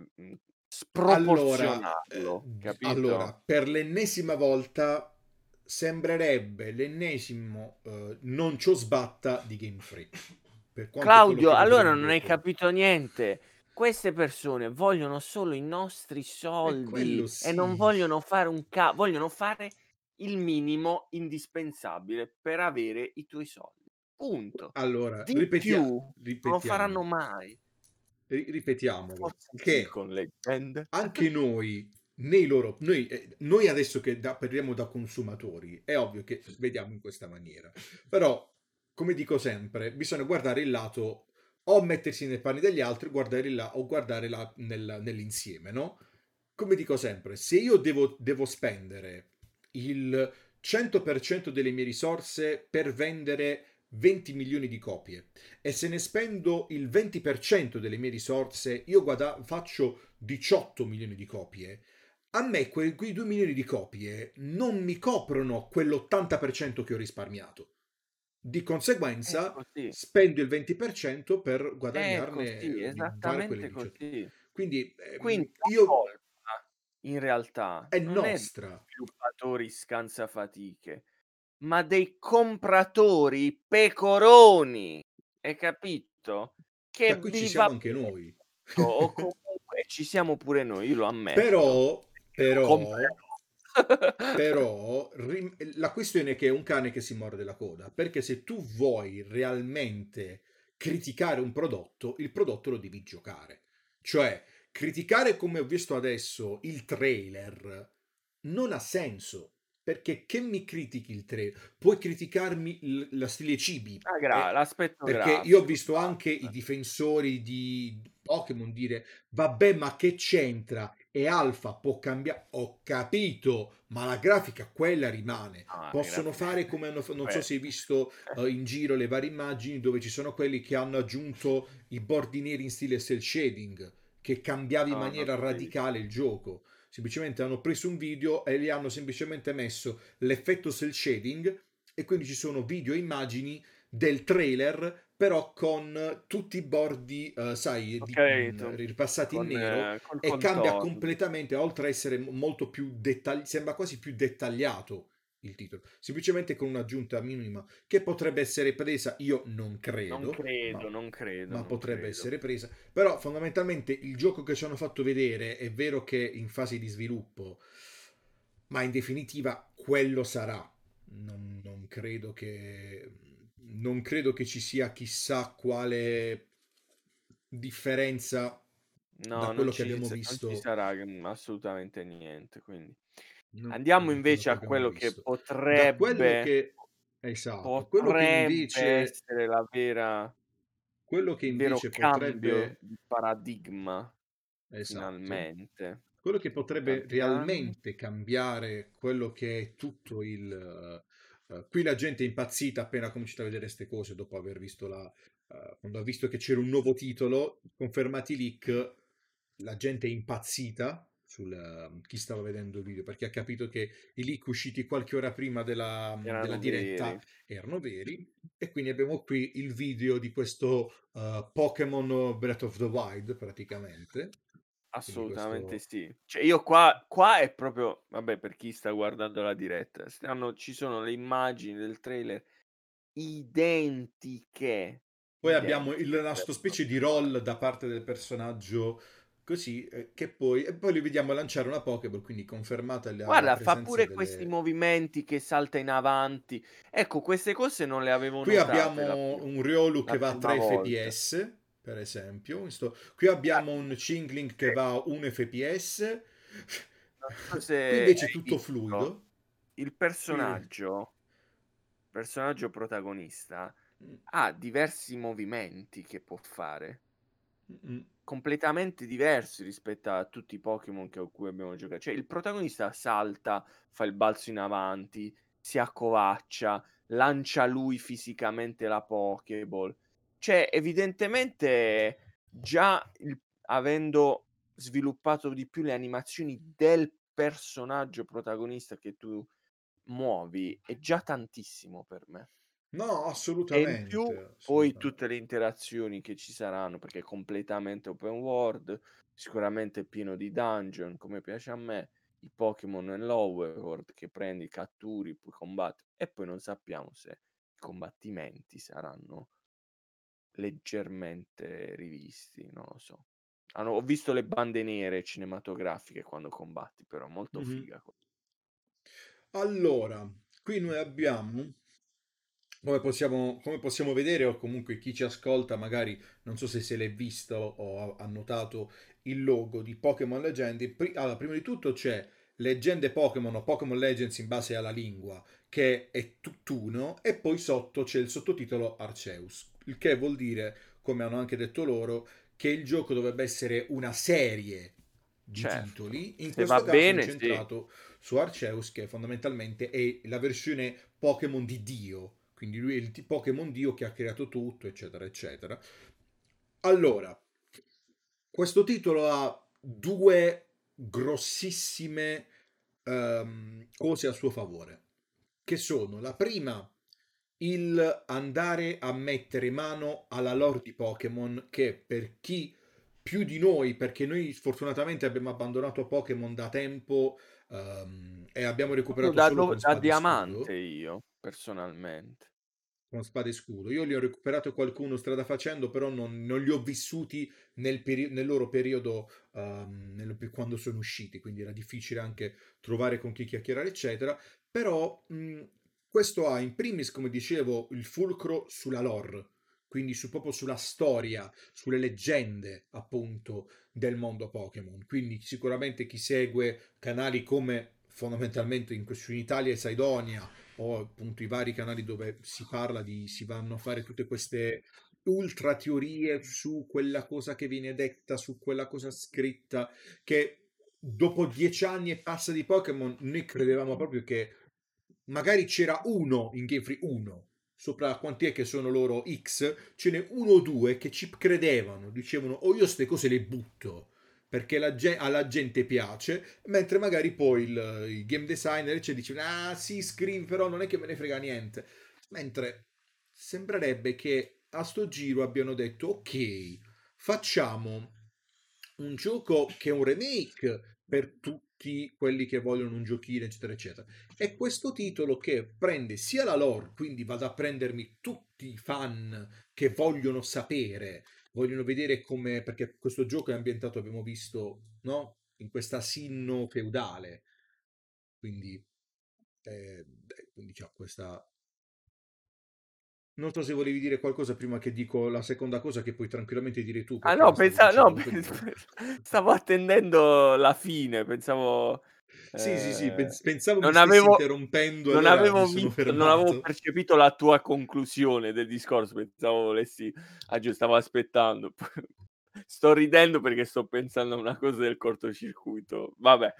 Allora, sproporzionarlo, allora, capito? per l'ennesima volta sembrerebbe l'ennesimo non ciò sbatta di Game Freak, per quanto quello Claudio, che allora vedremo non hai dopo capito niente. Queste persone vogliono solo i nostri è quello soldi e non sì. vogliono fare vogliono fare il minimo indispensabile per avere i tuoi soldi. Punto. Allora, Di più non lo faranno ripetiamo, mai. ripetiamolo, Forse sì che con Legend. anche noi, nei loro, noi adesso che parliamo da consumatori, è ovvio che vediamo in questa maniera, però, come dico sempre, bisogna guardare il lato o mettersi nei panni degli altri, guardare là o guardare là nell'insieme, no? Come dico sempre, se io devo spendere il 100% delle mie risorse per vendere 20 milioni di copie e se ne spendo il 20% delle mie risorse, io faccio 18 milioni di copie. A me quei 2 milioni di copie non mi coprono quell'80% che ho risparmiato. Di È conseguenza così, spendo il 20% per è così, guadagnarne, mi pare quelle esattamente 18. così. Quindi Quindi la io colpa in realtà è non è dei nostra. sviluppatori scansafatiche, ma dei compratori pecoroni, hai capito? Che Da cui ci vi siamo va anche bene noi. tutto o comunque ci siamo pure noi, io lo ammetto, Però, perché lo però, comprerò. la questione è che è un cane che si morde la coda, perché se tu vuoi realmente criticare un prodotto, il prodotto lo devi giocare. Cioè, criticare come ho visto adesso il trailer non ha senso, perché che mi critichi il trailer? Puoi criticarmi la stile cibi, L'aspetto perché io ho grafico, visto anche i basta. difensori di Pokémon dire vabbè, ma che c'entra? E Alpha può cambiare. Ho capito, ma la grafica quella rimane. No, la Possono grafica fare come hanno non so que se hai visto in giro le varie immagini dove ci sono quelli che hanno aggiunto i bordi neri in stile cel shading, che cambiava in no, non maniera l'ho visto. radicale il gioco. Semplicemente hanno preso un video e gli hanno semplicemente messo l'effetto cel shading e quindi ci sono video e immagini del trailer però con tutti i bordi, sai, Ho capito. ripassati in nero Col e cambia contorno. completamente, oltre a essere molto più dettagliato, sembra quasi più dettagliato il titolo, semplicemente con un'aggiunta minima che potrebbe essere presa, io non Non credo, credo, non credo, ma non potrebbe credo. essere presa, però fondamentalmente il gioco che ci hanno fatto vedere è vero che è in fase di sviluppo, ma in definitiva quello sarà. Non credo non credo che ci sia chissà quale differenza da No, quello che abbiamo non ci visto, sarà, assolutamente niente, quindi no, andiamo da quello invece che a abbiamo quello che visto. Da quello che quello che potrebbe invece essere la vera il vero invece cambio potrebbe di paradigma, esatto. finalmente. quello che potrebbe tanti anni. realmente cambiare quello che è tutto il... qui la gente è impazzita appena ha cominciato a vedere queste cose dopo aver visto quando ha visto che c'era un nuovo titolo, confermati i leak, la gente è impazzita sul chi stava vedendo il video perché ha capito che i leak usciti qualche ora prima della Erano veri. diretta erano veri e quindi abbiamo qui il video di questo Pokémon Breath of the Wild praticamente. Quindi Assolutamente questo... sì. Cioè io qua è proprio vabbè, per chi sta guardando la diretta, ci sono le immagini del trailer identiche, Poi abbiamo il identiche a nostro Breath of specie the di roll Wild. da parte del personaggio così, che poi, e poi li vediamo lanciare una Pokéball, quindi confermata la Guarda, fa presenza pure questi delle... movimenti che salta in avanti. Ecco, queste cose non le avevo Qui notate abbiamo un Riolu la che va a prima 3 volta. fps, per esempio. Qui Ah, abbiamo un Chingling che eh, va a 1 fps. non so se Qui invece è hai tutto visto fluido. il Qui... personaggio protagonista ha diversi movimenti che può fare. Mm, Completamente diversi rispetto a tutti i Pokémon con cui abbiamo giocato. Cioè, il protagonista salta, fa il balzo in avanti, si accovaccia, lancia lui fisicamente la Pokéball. Cioè, evidentemente, avendo sviluppato di più le animazioni del personaggio protagonista che tu muovi, è già tantissimo per me. no, E in più assolutamente, poi assolutamente. tutte le interazioni che ci saranno, perché è completamente open world, sicuramente pieno di dungeon, come piace a me, i Pokémon nell'overworld che prendi, catturi, puoi combattere e poi non sappiamo se i combattimenti saranno leggermente rivisti, non lo so. Ho visto le bande nere cinematografiche quando combatti, però molto Mhm. figa. Allora, qui noi abbiamo, come possiamo vedere, o comunque chi ci ascolta, magari non so se l'è visto o ha notato il logo di Pokémon Legend. Allora, prima di tutto c'è Leggende Pokémon o Pokémon Legends in base alla lingua, che è tutt'uno, e poi sotto c'è il sottotitolo Arceus, il che vuol dire, come hanno anche detto loro, che il gioco dovrebbe essere una serie di Certo, titoli, in se va questo caso bene sì. incentrato su Arceus, che fondamentalmente è la versione Pokémon di Dio. Quindi lui è il Pokémon Dio che ha creato tutto, eccetera, eccetera. Allora, questo titolo ha due grossissime cose a suo favore, che sono la prima, il andare a mettere mano alla lore di Pokémon, che per chi più di noi, perché noi sfortunatamente abbiamo abbandonato Pokémon da tempo e abbiamo Proprio recuperato solo con da Spada e diamante Scudo. io, personalmente. Con Spada e Scudo. Io li ho recuperato qualcuno strada facendo, però non li ho vissuti nel loro periodo, quando sono usciti, quindi era difficile anche trovare con chi chiacchierare, eccetera. Però questo ha in primis, come dicevo, il fulcro sulla lore, quindi proprio sulla storia, sulle leggende, appunto, del mondo Pokémon. Quindi sicuramente chi segue canali come fondamentalmente su in Italia e Saidonia o appunto i vari canali dove si parla si vanno a fare tutte queste ultra teorie su quella cosa che viene detta, su quella cosa scritta, che dopo 10 anni e passa di Pokémon noi credevamo proprio che magari c'era uno in Game Freak, uno, sopra quanti è che sono loro X, ce n'è uno o due che ci credevano, dicevano o io ste cose le butto perché alla gente piace, mentre magari poi il game designer ci dice ah sì scrivi però non è che me ne frega niente, mentre sembrerebbe che a sto giro abbiano detto ok, facciamo un gioco che è un remake per tutti quelli che vogliono un giochino eccetera eccetera, e questo titolo che prende sia la lore, quindi vado a prendermi tutti i fan che vogliono vedere come, perché questo gioco è ambientato, abbiamo visto, no? In questa sinno feudale, quindi, quindi c'ha questa... Non so se volevi dire qualcosa prima che dico la seconda cosa, che puoi tranquillamente dire tu, Ah perché no, la stavi dicendo no, prima. stavo attendendo la fine, pensavo Sì, sì, sì, ehm, pensavo mi non stessi avevo interrompendo, allora mi sono non avevo fermato. percepito la tua conclusione del discorso, pensavo volessi stavo aspettando. Sto ridendo perché sto pensando a una cosa del cortocircuito. Vabbè,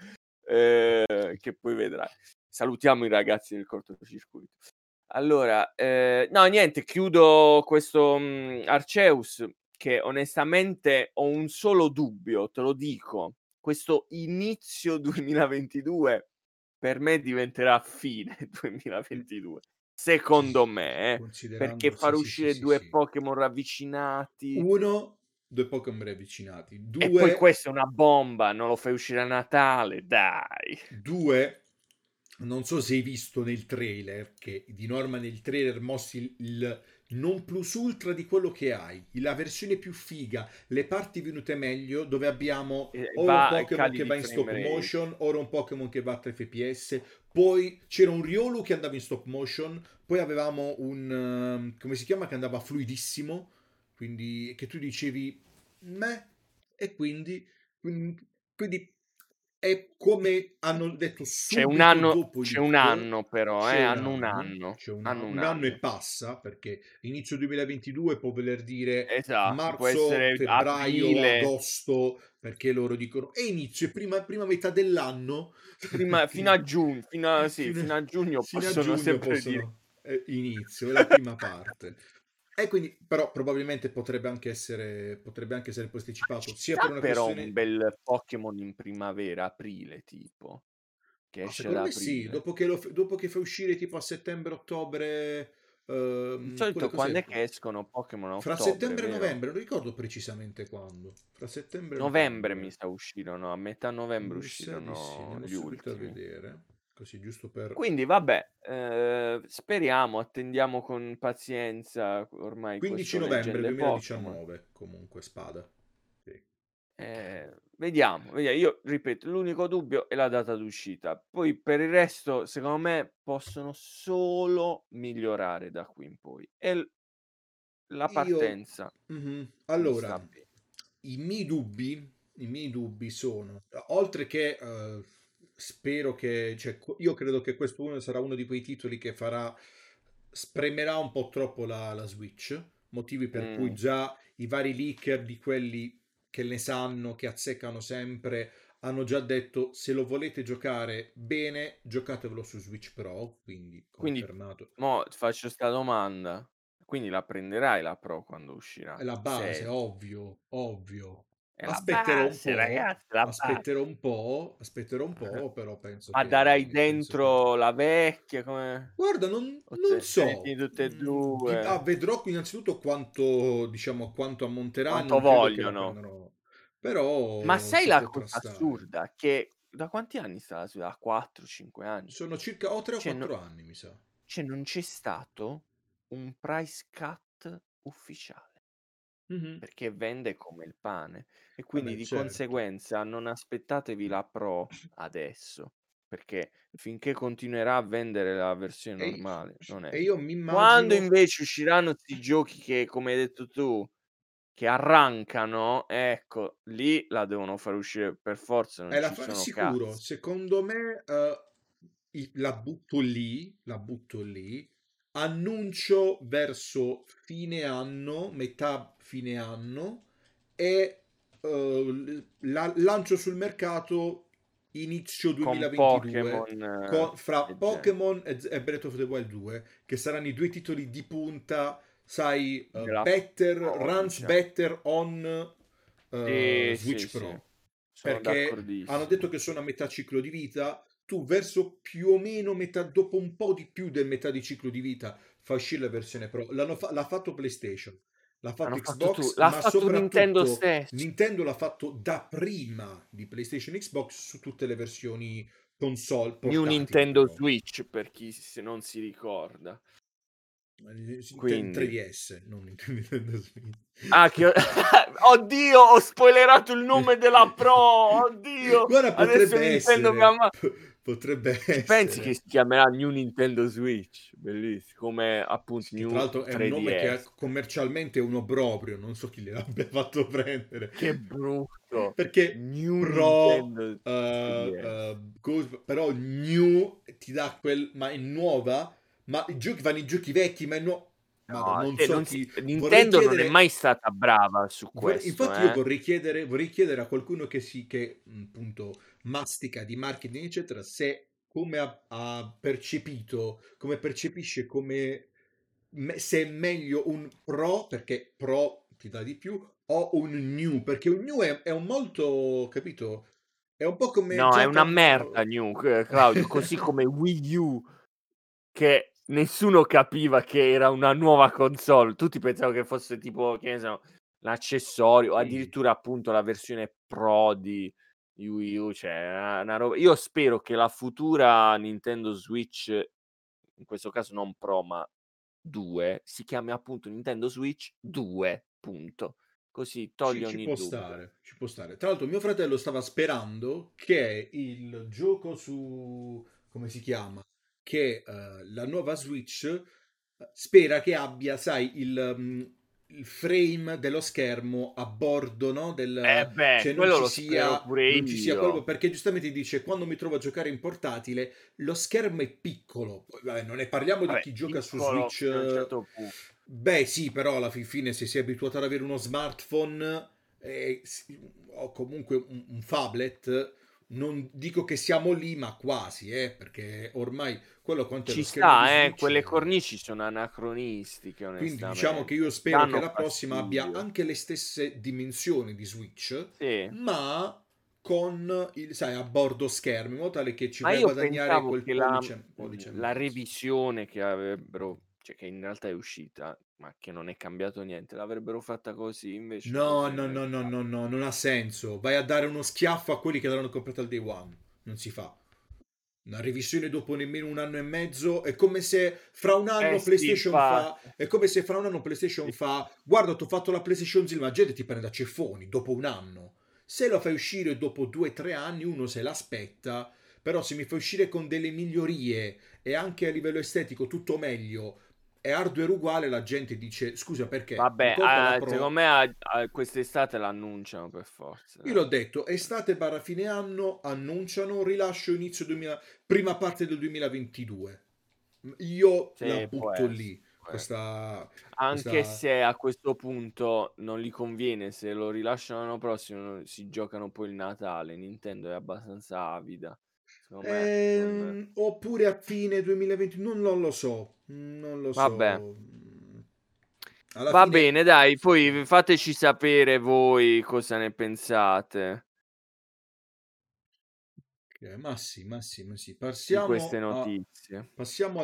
che poi vedrai. Salutiamo i ragazzi del cortocircuito. Allora, no niente, chiudo questo, Arceus che onestamente ho un solo dubbio, te lo dico. Questo inizio 2022 per me diventerà fine 2022. Secondo me, perché Considerando sì, far sì, sì, uscire sì, 2 sì. Pokémon ravvicinati 1, 2 Pokémon ravvicinati. e poi 2 questa è una bomba, non lo fai uscire a Natale, dai. 2, non so se hai visto nel trailer, che di norma nel trailer mostri il non plus ultra di quello che hai, la versione più figa, le parti venute meglio, dove abbiamo E ora un va Pokémon cali che di va in frame stop rate. motion, ora un Pokémon che va a 3 fps, poi c'era un Riolu che andava in stop motion, poi avevamo un, come si chiama, che andava fluidissimo, quindi che tu dicevi, meh, e quindi è come hanno detto subito dopo C'è un leak, anno però, c'è un hanno un anno, anno, c'è hanno un un anno e anno. passa, perché inizio 2022 può voler dire Esatto, può marzo, essere febbraio, aprile, agosto, perché loro dicono e inizio, prima metà dell'anno, prima fino a giugno, fino, fino a giugno fino a possono giugno sempre dire possono, inizio, è la prima parte. E quindi, però, probabilmente potrebbe anche essere ma posticipato ci sia per sta una però un questione. bel Pokémon in primavera, aprile tipo, che No, esce ad secondo me sì, aprile. dopo che fa uscire tipo a settembre-ottobre, Di quelle solito quando cose, è che escono Pokémon? A fra ottobre, settembre e vero? novembre, non ricordo precisamente quando, fra settembre e Novembre mi novembre, sa uscirono, a metà novembre mi sa di sì, uscirono andiamo gli subito a ultimi. vedere, così giusto per. Quindi vabbè, speriamo, attendiamo con pazienza ormai 15 questo novembre Leggende Pokémon. 2019, comunque, spada. Sì. Vediamo. Io ripeto, l'unico dubbio è la data d'uscita. Poi per il resto, secondo me, possono solo migliorare da qui in poi. E la Io, partenza mi allora, sta bene. i miei dubbi sono, oltre che spero che, cioè, io credo che questo sarà uno di quei titoli che spremerà un po' troppo la Switch, motivi per cui Mh, già i vari leaker di quelli che ne sanno, che azzeccano sempre, hanno già detto se lo volete giocare bene, giocatevelo su Switch Pro, quindi quindi confermato. mo' ti faccio 'sta domanda: quindi la prenderai la Pro quando È uscirà? la base, Serio? ovvio, ovvio. È la base ragazzi, la base. Aspetterò un po', però penso Ma darai che. dentro la vecchia come Guarda, non te le tieni so. tutte e 2? Vedrò innanzitutto quanto, diciamo, quanto ammonterà. Quanto Non credo che la vogliono. prenderò, Ma però sai si la potrà cosa stare. assurda? Che da quanti anni sta la Switch? Da 4, 5 anni? Sono circa o 3 o Cioè, no 4 anni, mi sa. cioè non c'è stato un price cut ufficiale, Mhm. perché vende come il pane e quindi Vabbè, di certo. conseguenza non aspettatevi la Pro adesso, perché finché continuerà a vendere la versione E, i- normale non e esce. io mi Quando immagino. invece usciranno 'sti giochi che, come hai detto tu, che arrancano, ecco, lì la devono far uscire per forza, non ci sono Sicuro, cazzi. secondo me, la butto lì, annuncio verso fine anno, metà fine anno, e lancio sul mercato inizio Con 2022, Pokémon fra legge Pokémon e Breath of the Wild 2, che saranno i due titoli di punta, sai, della Pro runs diciamo. better on Sì, sì, Switch sì, Pro, sono perché hanno d'accordissimo. detto che sono a metà ciclo di vita. Tu verso più o meno metà, dopo un po' di più del metà di ciclo di vita, fa uscire la versione Pro. L'ha fatto PlayStation, l'ha fatto Xbox, L'ha ma fatto Nintendo soprattutto stesso. Nintendo l'ha fatto da prima di PlayStation e Xbox su tutte le versioni console New portatili, Nintendo però. Switch per chi se non si ricorda. Nintendo Quindi 3DS, non Nintendo Switch. ah, che ho oddio, ho spoilerato il nome della Pro, oddio! Guarda, Adesso potrebbe Nintendo mi essere, amma potrebbe ci pensi che essere. si chiamerà New Nintendo Switch? come appunto Sì, che tra New l'altro è un nome che 3DS. commercialmente è un obbrobrio, non so chi l'abbia fatto prendere. Che brutto! Perché New Pro, Nintendo 3DS. però New ti dà quel, ma è nuova, ma i giochi vanno i giochi vecchi, ma è nuovo. Mado, No, non te so non si chi vorrei Nintendo non è chiedere. mai stata brava su questo, Infatti io vorrei chiedere a qualcuno appunto mastica di marketing, eccetera, se come ha percepito, come percepisce, se è meglio un pro, perché pro ti dà di più, o un new, perché un new è un molto, capito? È un po' come No, è già una merda Claudio, così come Wii U, che nessuno capiva che era una nuova console. Tutti pensavano che fosse tipo, che ne so, l'accessorio o Sì, addirittura appunto la versione pro di Wii U, cioè una roba. Io spero che la futura Nintendo Switch, in questo caso non Pro, ma 2, si chiami appunto Nintendo Switch 2, punto. Così togli ci ogni può dubbio. stare, ci può stare. Tra l'altro mio fratello stava sperando che il gioco su, come si chiama? Che la nuova Switch spera che abbia, sai, il frame dello schermo a bordo, no? Eh beh, Cioè quello lo spero pure non ci sia quello, io. perché giustamente dice quando mi trovo a giocare in portatile lo schermo è piccolo. Poi, vabbè, non ne parliamo di Vabbè, chi gioca su piccolo Switch. fino a un certo Beh, sì, però alla fin fine, se sei abituato ad avere uno smartphone o comunque un phablet, non dico che siamo lì, ma quasi, perché ormai quello quanto è lo ci schermo di sta, Switch. quelle cornici sono anacronistiche Quindi diciamo che onestamente, io spero che danno la prossima abbia fastidio. anche le stesse dimensioni di Switch, Sì, ma con sai, a bordo schermo, in modo tale che ci ma vai a io guadagnare pensavo quel che pollice e la mezzo. revisione che avrebbero, cioè che in realtà è uscita, ma che non è cambiato niente, l'avrebbero fatta così, invece No, così no, non è no, no, no, stato. no, non ha senso. Vai a dare uno schiaffo a quelli che l'hanno comprato al day one. Non si fa. Una revisione dopo nemmeno un anno e mezzo è come se fra un Eh anno sì, PlayStation fa. infatti. È come se fra un anno PlayStation Sì. fa. Guarda, ti ho fatto la PlayStation Slim, la gente ti prende a ceffoni dopo un anno. Se lo fai uscire dopo 2 o 3 anni, uno se l'aspetta. Però se mi fai uscire con delle migliorie e anche a livello estetico tutto meglio e hardware uguale, la gente dice: Scusa, perché? Mi Vabbè, compro la secondo Pro. me quest'estate l'annunciano per forza, Io dai. l'ho detto, estate barra fine anno, annunciano rilascio inizio 2000, prima parte del 2022. Io la Sì, butto lì, può esse anche questa. se a questo punto non gli conviene, se lo rilasciano l'anno prossimo si giocano poi il Natale. Nintendo è abbastanza avida, secondo me non Oppure a fine 2020, non lo so, non lo vabbè. so. Alla Va fine, bene dai, sì. poi fateci sapere voi cosa ne pensate Ma sì, ma sì, ma sì. di queste notizie. Passiamo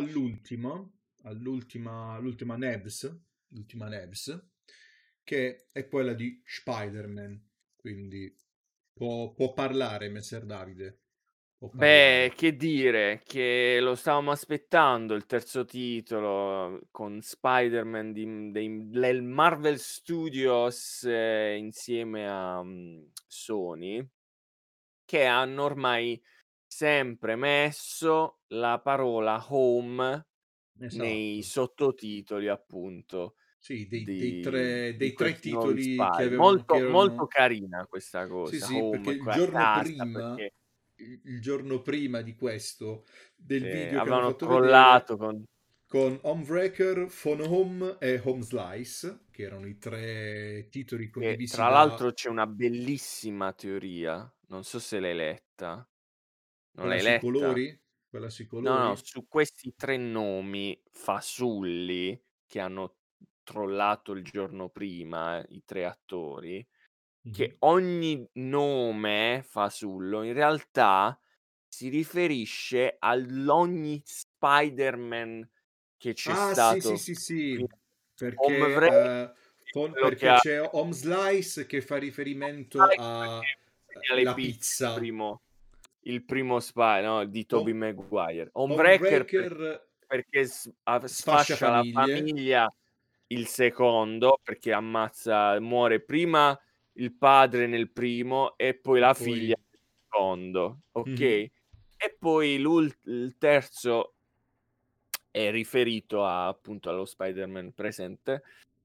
l'ultima l'ultima Nevs, che è quella di Spider-Man. Quindi può parlare, Messer Davide, può Beh, parlare. che dire, che lo stavamo aspettando il terzo titolo con Spider-Man del Marvel Studios, insieme a, Sony, che hanno ormai sempre messo la parola home nei Esatto. sottotitoli appunto Sì, di dei tre questi nuovi titoli che Molto, molto erano. carina questa Sì, cosa, sì, perché home, il giorno casa, prima, perché il giorno prima di questo, del sì, video che hanno avevano fatto vedere, trollato con con Homewrecker, Phone Home e Home Slice, che erano i tre titoli che condivisi tra da l'altro c'è una bellissima teoria, non so se l'hai letta. Non quella l'hai sui letta? colori, quella sui No, no, colori. su questi 3 nomi fasulli che hanno trollato il giorno prima, i 3 attori, Mhm. che ogni nome fasullo in realtà si riferisce all'ogni Spider-Man che c'è Ah, sì, sì, stato sì, fino sì, Home perché, Break è quello che perché ha c'è Home Slice che fa riferimento Spike a perché segna le la pizze pizza. il primo Spy, no, di Tobey Home, Maguire. Home Homebreaker Wrecker perché sfascia sfascia la famiglie. famiglia, il secondo perché muore prima il padre nel primo e poi E la poi. figlia nel secondo, Mhm. okay, e poi il terzo è riferito appunto allo Spider-Man presente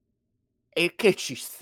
e che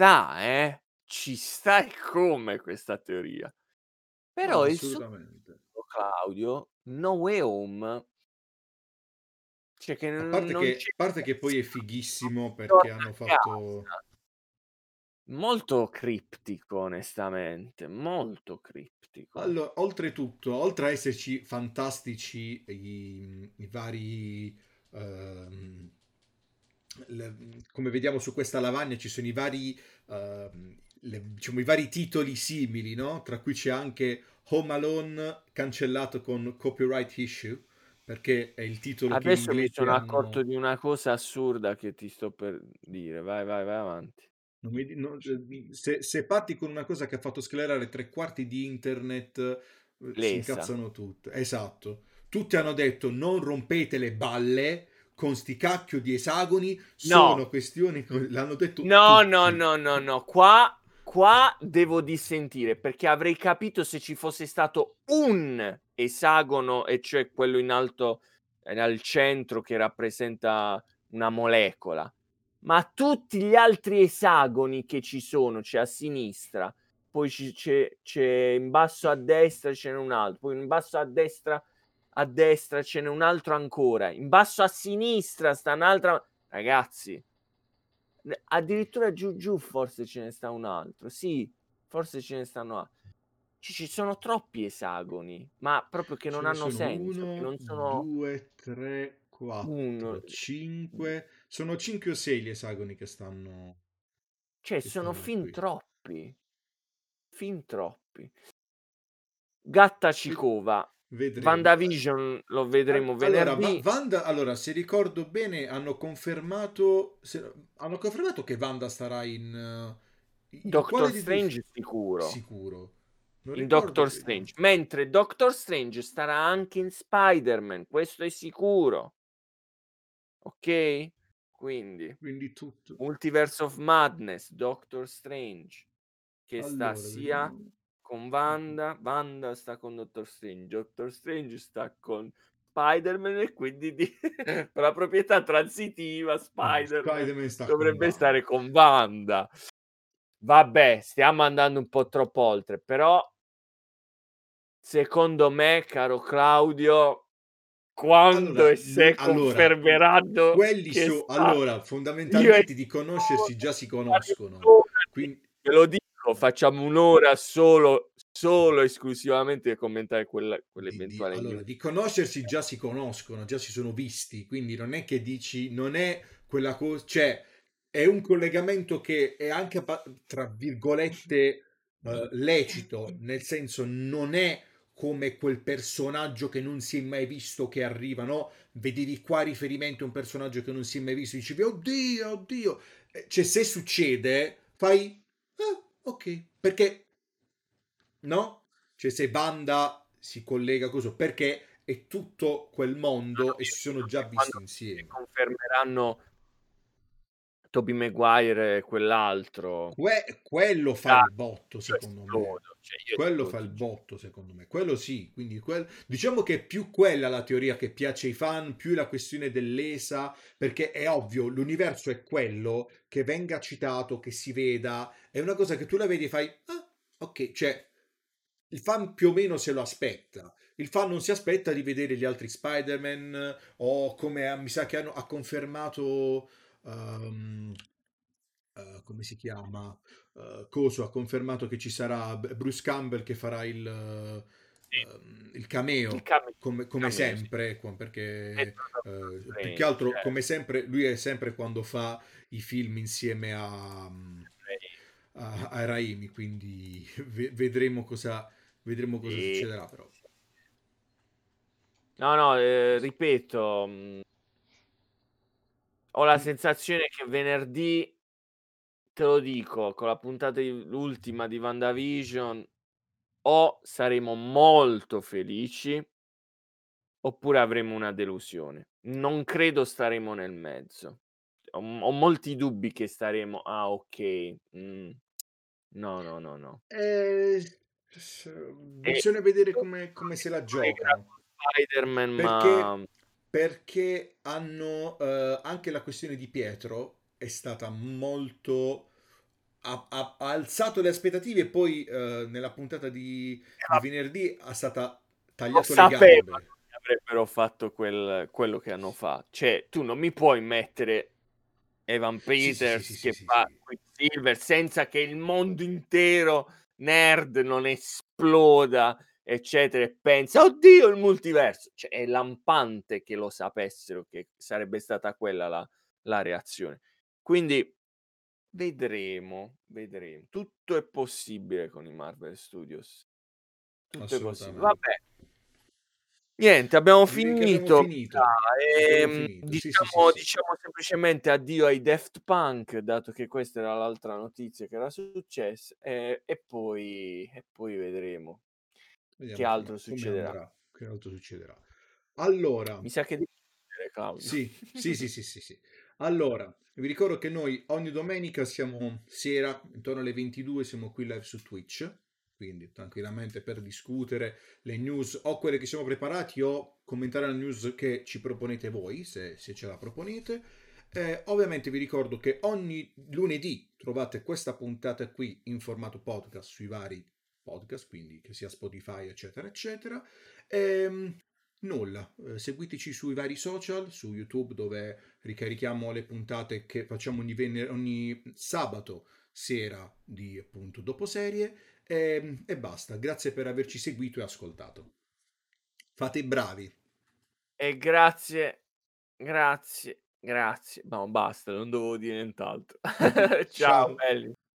ci sta e come questa teoria. No, Però il successo, assolutamente. Claudio, No Way Home Cioè che A non c'è a parte che poi è fighissimo perché torna hanno a fatto. casa. Molto criptico onestamente, molto criptico. Oltretutto, oltre a esserci fantastici i vari, ehm, come vediamo su questa lavagna, ci sono i vari, diciamo, i vari titoli simili, no? Tra cui c'è anche Home Alone cancellato con copyright issue, perché è il titolo che in Adesso mi inglese sono accorto hanno. di una cosa assurda che ti sto per dire. Vai, vai, vai avanti. Non mi di- non- se parti con una cosa che ha fatto sclerare tre quarti di internet, si Lesa. incazzano tutte. Esatto. Tutti hanno detto non rompete le balle con sti cacchio di esagoni, No, sono questioni, l'hanno detto no, no, tutti. no, no, no. Qua devo dissentire perché avrei capito se ci fosse stato un esagono, e cioè quello in alto, al centro che rappresenta una molecola. Ma tutti gli altri esagoni che ci sono, c'è a sinistra, poi c'è in basso a destra ce n'è un altro, poi in basso a destra ce n'è un altro ancora, in basso a sinistra sta un'altra. Ragazzi, addirittura giù giù forse ce ne sta un altro. Sì, forse ce ne stanno altri. Ci sono troppi esagoni, ma proprio che non Ce ne hanno sono senso, che non uno, sono due, tre, uno, quattro, cinque. Sono 5 o 6 gli esagoni cioè che sono stanno fin qui. troppi, fin troppi. Gatta Ve- Cicova, Vedremo. WandaVision lo vedremo Allora, venerdì. Wanda, allora, se ricordo bene, hanno confermato che Wanda starà in Doctor quale di due Strange sicuro, sicuro? Non in ricordo Doctor se. Strange, mentre Doctor Strange starà anche in Spider-Man, questo è sicuro, ok? Quindi Quindi tutto. Multiverse of Madness, Doctor Strange, che sta Allora, sia vediamo. con Wanda sta con Doctor Strange sta con Spider-Man, e quindi per la proprietà transitiva Spider-Man Spider-Man sta con dovrebbe Wanda. stare con Wanda. Vabbè, stiamo andando un po' troppo oltre, però secondo me, caro Claudio, quando Allora, e se allora, confermeranno quelli che so, sta, allora, io e fondamentalmente di tu conoscersi già si fare conoscono. un'ora Quindi, te lo dico, facciamo un'ora solo esclusivamente a commentare quell'eventuale allora, news. di conoscersi già si conoscono, già si sono visti, quindi non è che dici, non è quella cosa, cioè è un collegamento che è anche, tra virgolette, lecito, nel senso non è come quel personaggio che non si è mai visto che arriva, no? Vedevi qua riferimento a un personaggio che non si è mai visto, dicevi, oddio, oddio. Cioè, se succede, fai, ok, perché no? Cioè se Banda si collega così, perché è tutto quel No, no, mondo e io si sono dico già che visti quando insieme. confermeranno Tobey Maguire e quell'altro, Quello fa ah, il botto, io secondo me. esplodo, cioè io Quello fa esplodo, il ti giuro. botto, secondo me. Quello sì, quindi diciamo che è più quella la teoria che piace ai fan, più la questione dell'ESA, perché è ovvio, l'universo è quello, che venga citato, che si veda, è una cosa che tu la vedi e fai, ah, ok, cioè il fan più o meno se lo aspetta. Il fan non si aspetta di vedere gli altri Spider-Man o come mi sa che ha confermato, ehm, come si chiama? Coso ha confermato che ci sarà Bruce Campbell che farà Sì, il il cameo. cameo, Come cameo, sì. sempre, perché Dentro Doctor più che Strange, altro come sempre, lui è sempre quando fa i film insieme a Raimi, quindi vedremo cosa sì, succederà però. sì. No, no, Sì, sì. ripeto, ho la Mm. sensazione che venerdì, te lo dico, con la puntata l'ultima di WandaVision, o saremo molto felici oppure avremo una delusione. Non credo staremo nel mezzo. Ho molti dubbi che staremo: "Ah, okay, no, no, no, no". Eh, E bisogna vedere non come che se si la collegherà giocano. con Spider-Man, Perché, ma perché hanno anche la questione di Pietro è stata molto. Ha alzato le aspettative e poi nella puntata di vabbè, venerdì ha stata lo tagliato le sapevano gambe. che avrebbero fatto quello che hanno cioè, tu non mi puoi mettere Evan Sì, sì, sì, sì, Peters sì, che sì, fa sì. Quicksilver senza che il mondo intero nerd non esploda, eccetera, e pensa: "Oddio il multiverso!" Cioè è lampante che lo sapessero che sarebbe stata quella la reazione. Quindi vedremo, vedremo. Tutto è possibile con i Marvel Studios. Tutto è possibile. Assolutamente. Vabbè, niente, abbiamo Direi che abbiamo finito, mi finito. sa. Abbiamo finito. Sì, sì, sì, sì. Diciamo semplicemente addio ai Daft Punk, dato che questa era l'altra notizia che era successa, e poi vedremo che Vediamo altro come succederà. andrà, che altro succederà. Allora, Mi sa che devi chiudere, Claudio. sì, sì, sì, sì, sì, sì. Allora, vi ricordo che noi ogni domenica siamo sera, intorno alle 22, siamo qui live su Twitch, quindi tranquillamente per discutere le news o quelle che siamo preparati o commentare la news che ci proponete voi, se ce la proponete. Ovviamente vi ricordo che ogni lunedì trovate questa puntata qui in formato podcast sui vari podcast, quindi che sia Spotify, eccetera, eccetera. Ehm, Nulla, seguiteci sui vari social, su YouTube dove ricarichiamo le puntate che facciamo ogni sabato sera di appunto dopo serie e basta. Grazie per averci seguito e ascoltato. Fate i bravi. E grazie, grazie, grazie. No, basta, non dovevo dire nient'altro. Ciao Ciao. belli.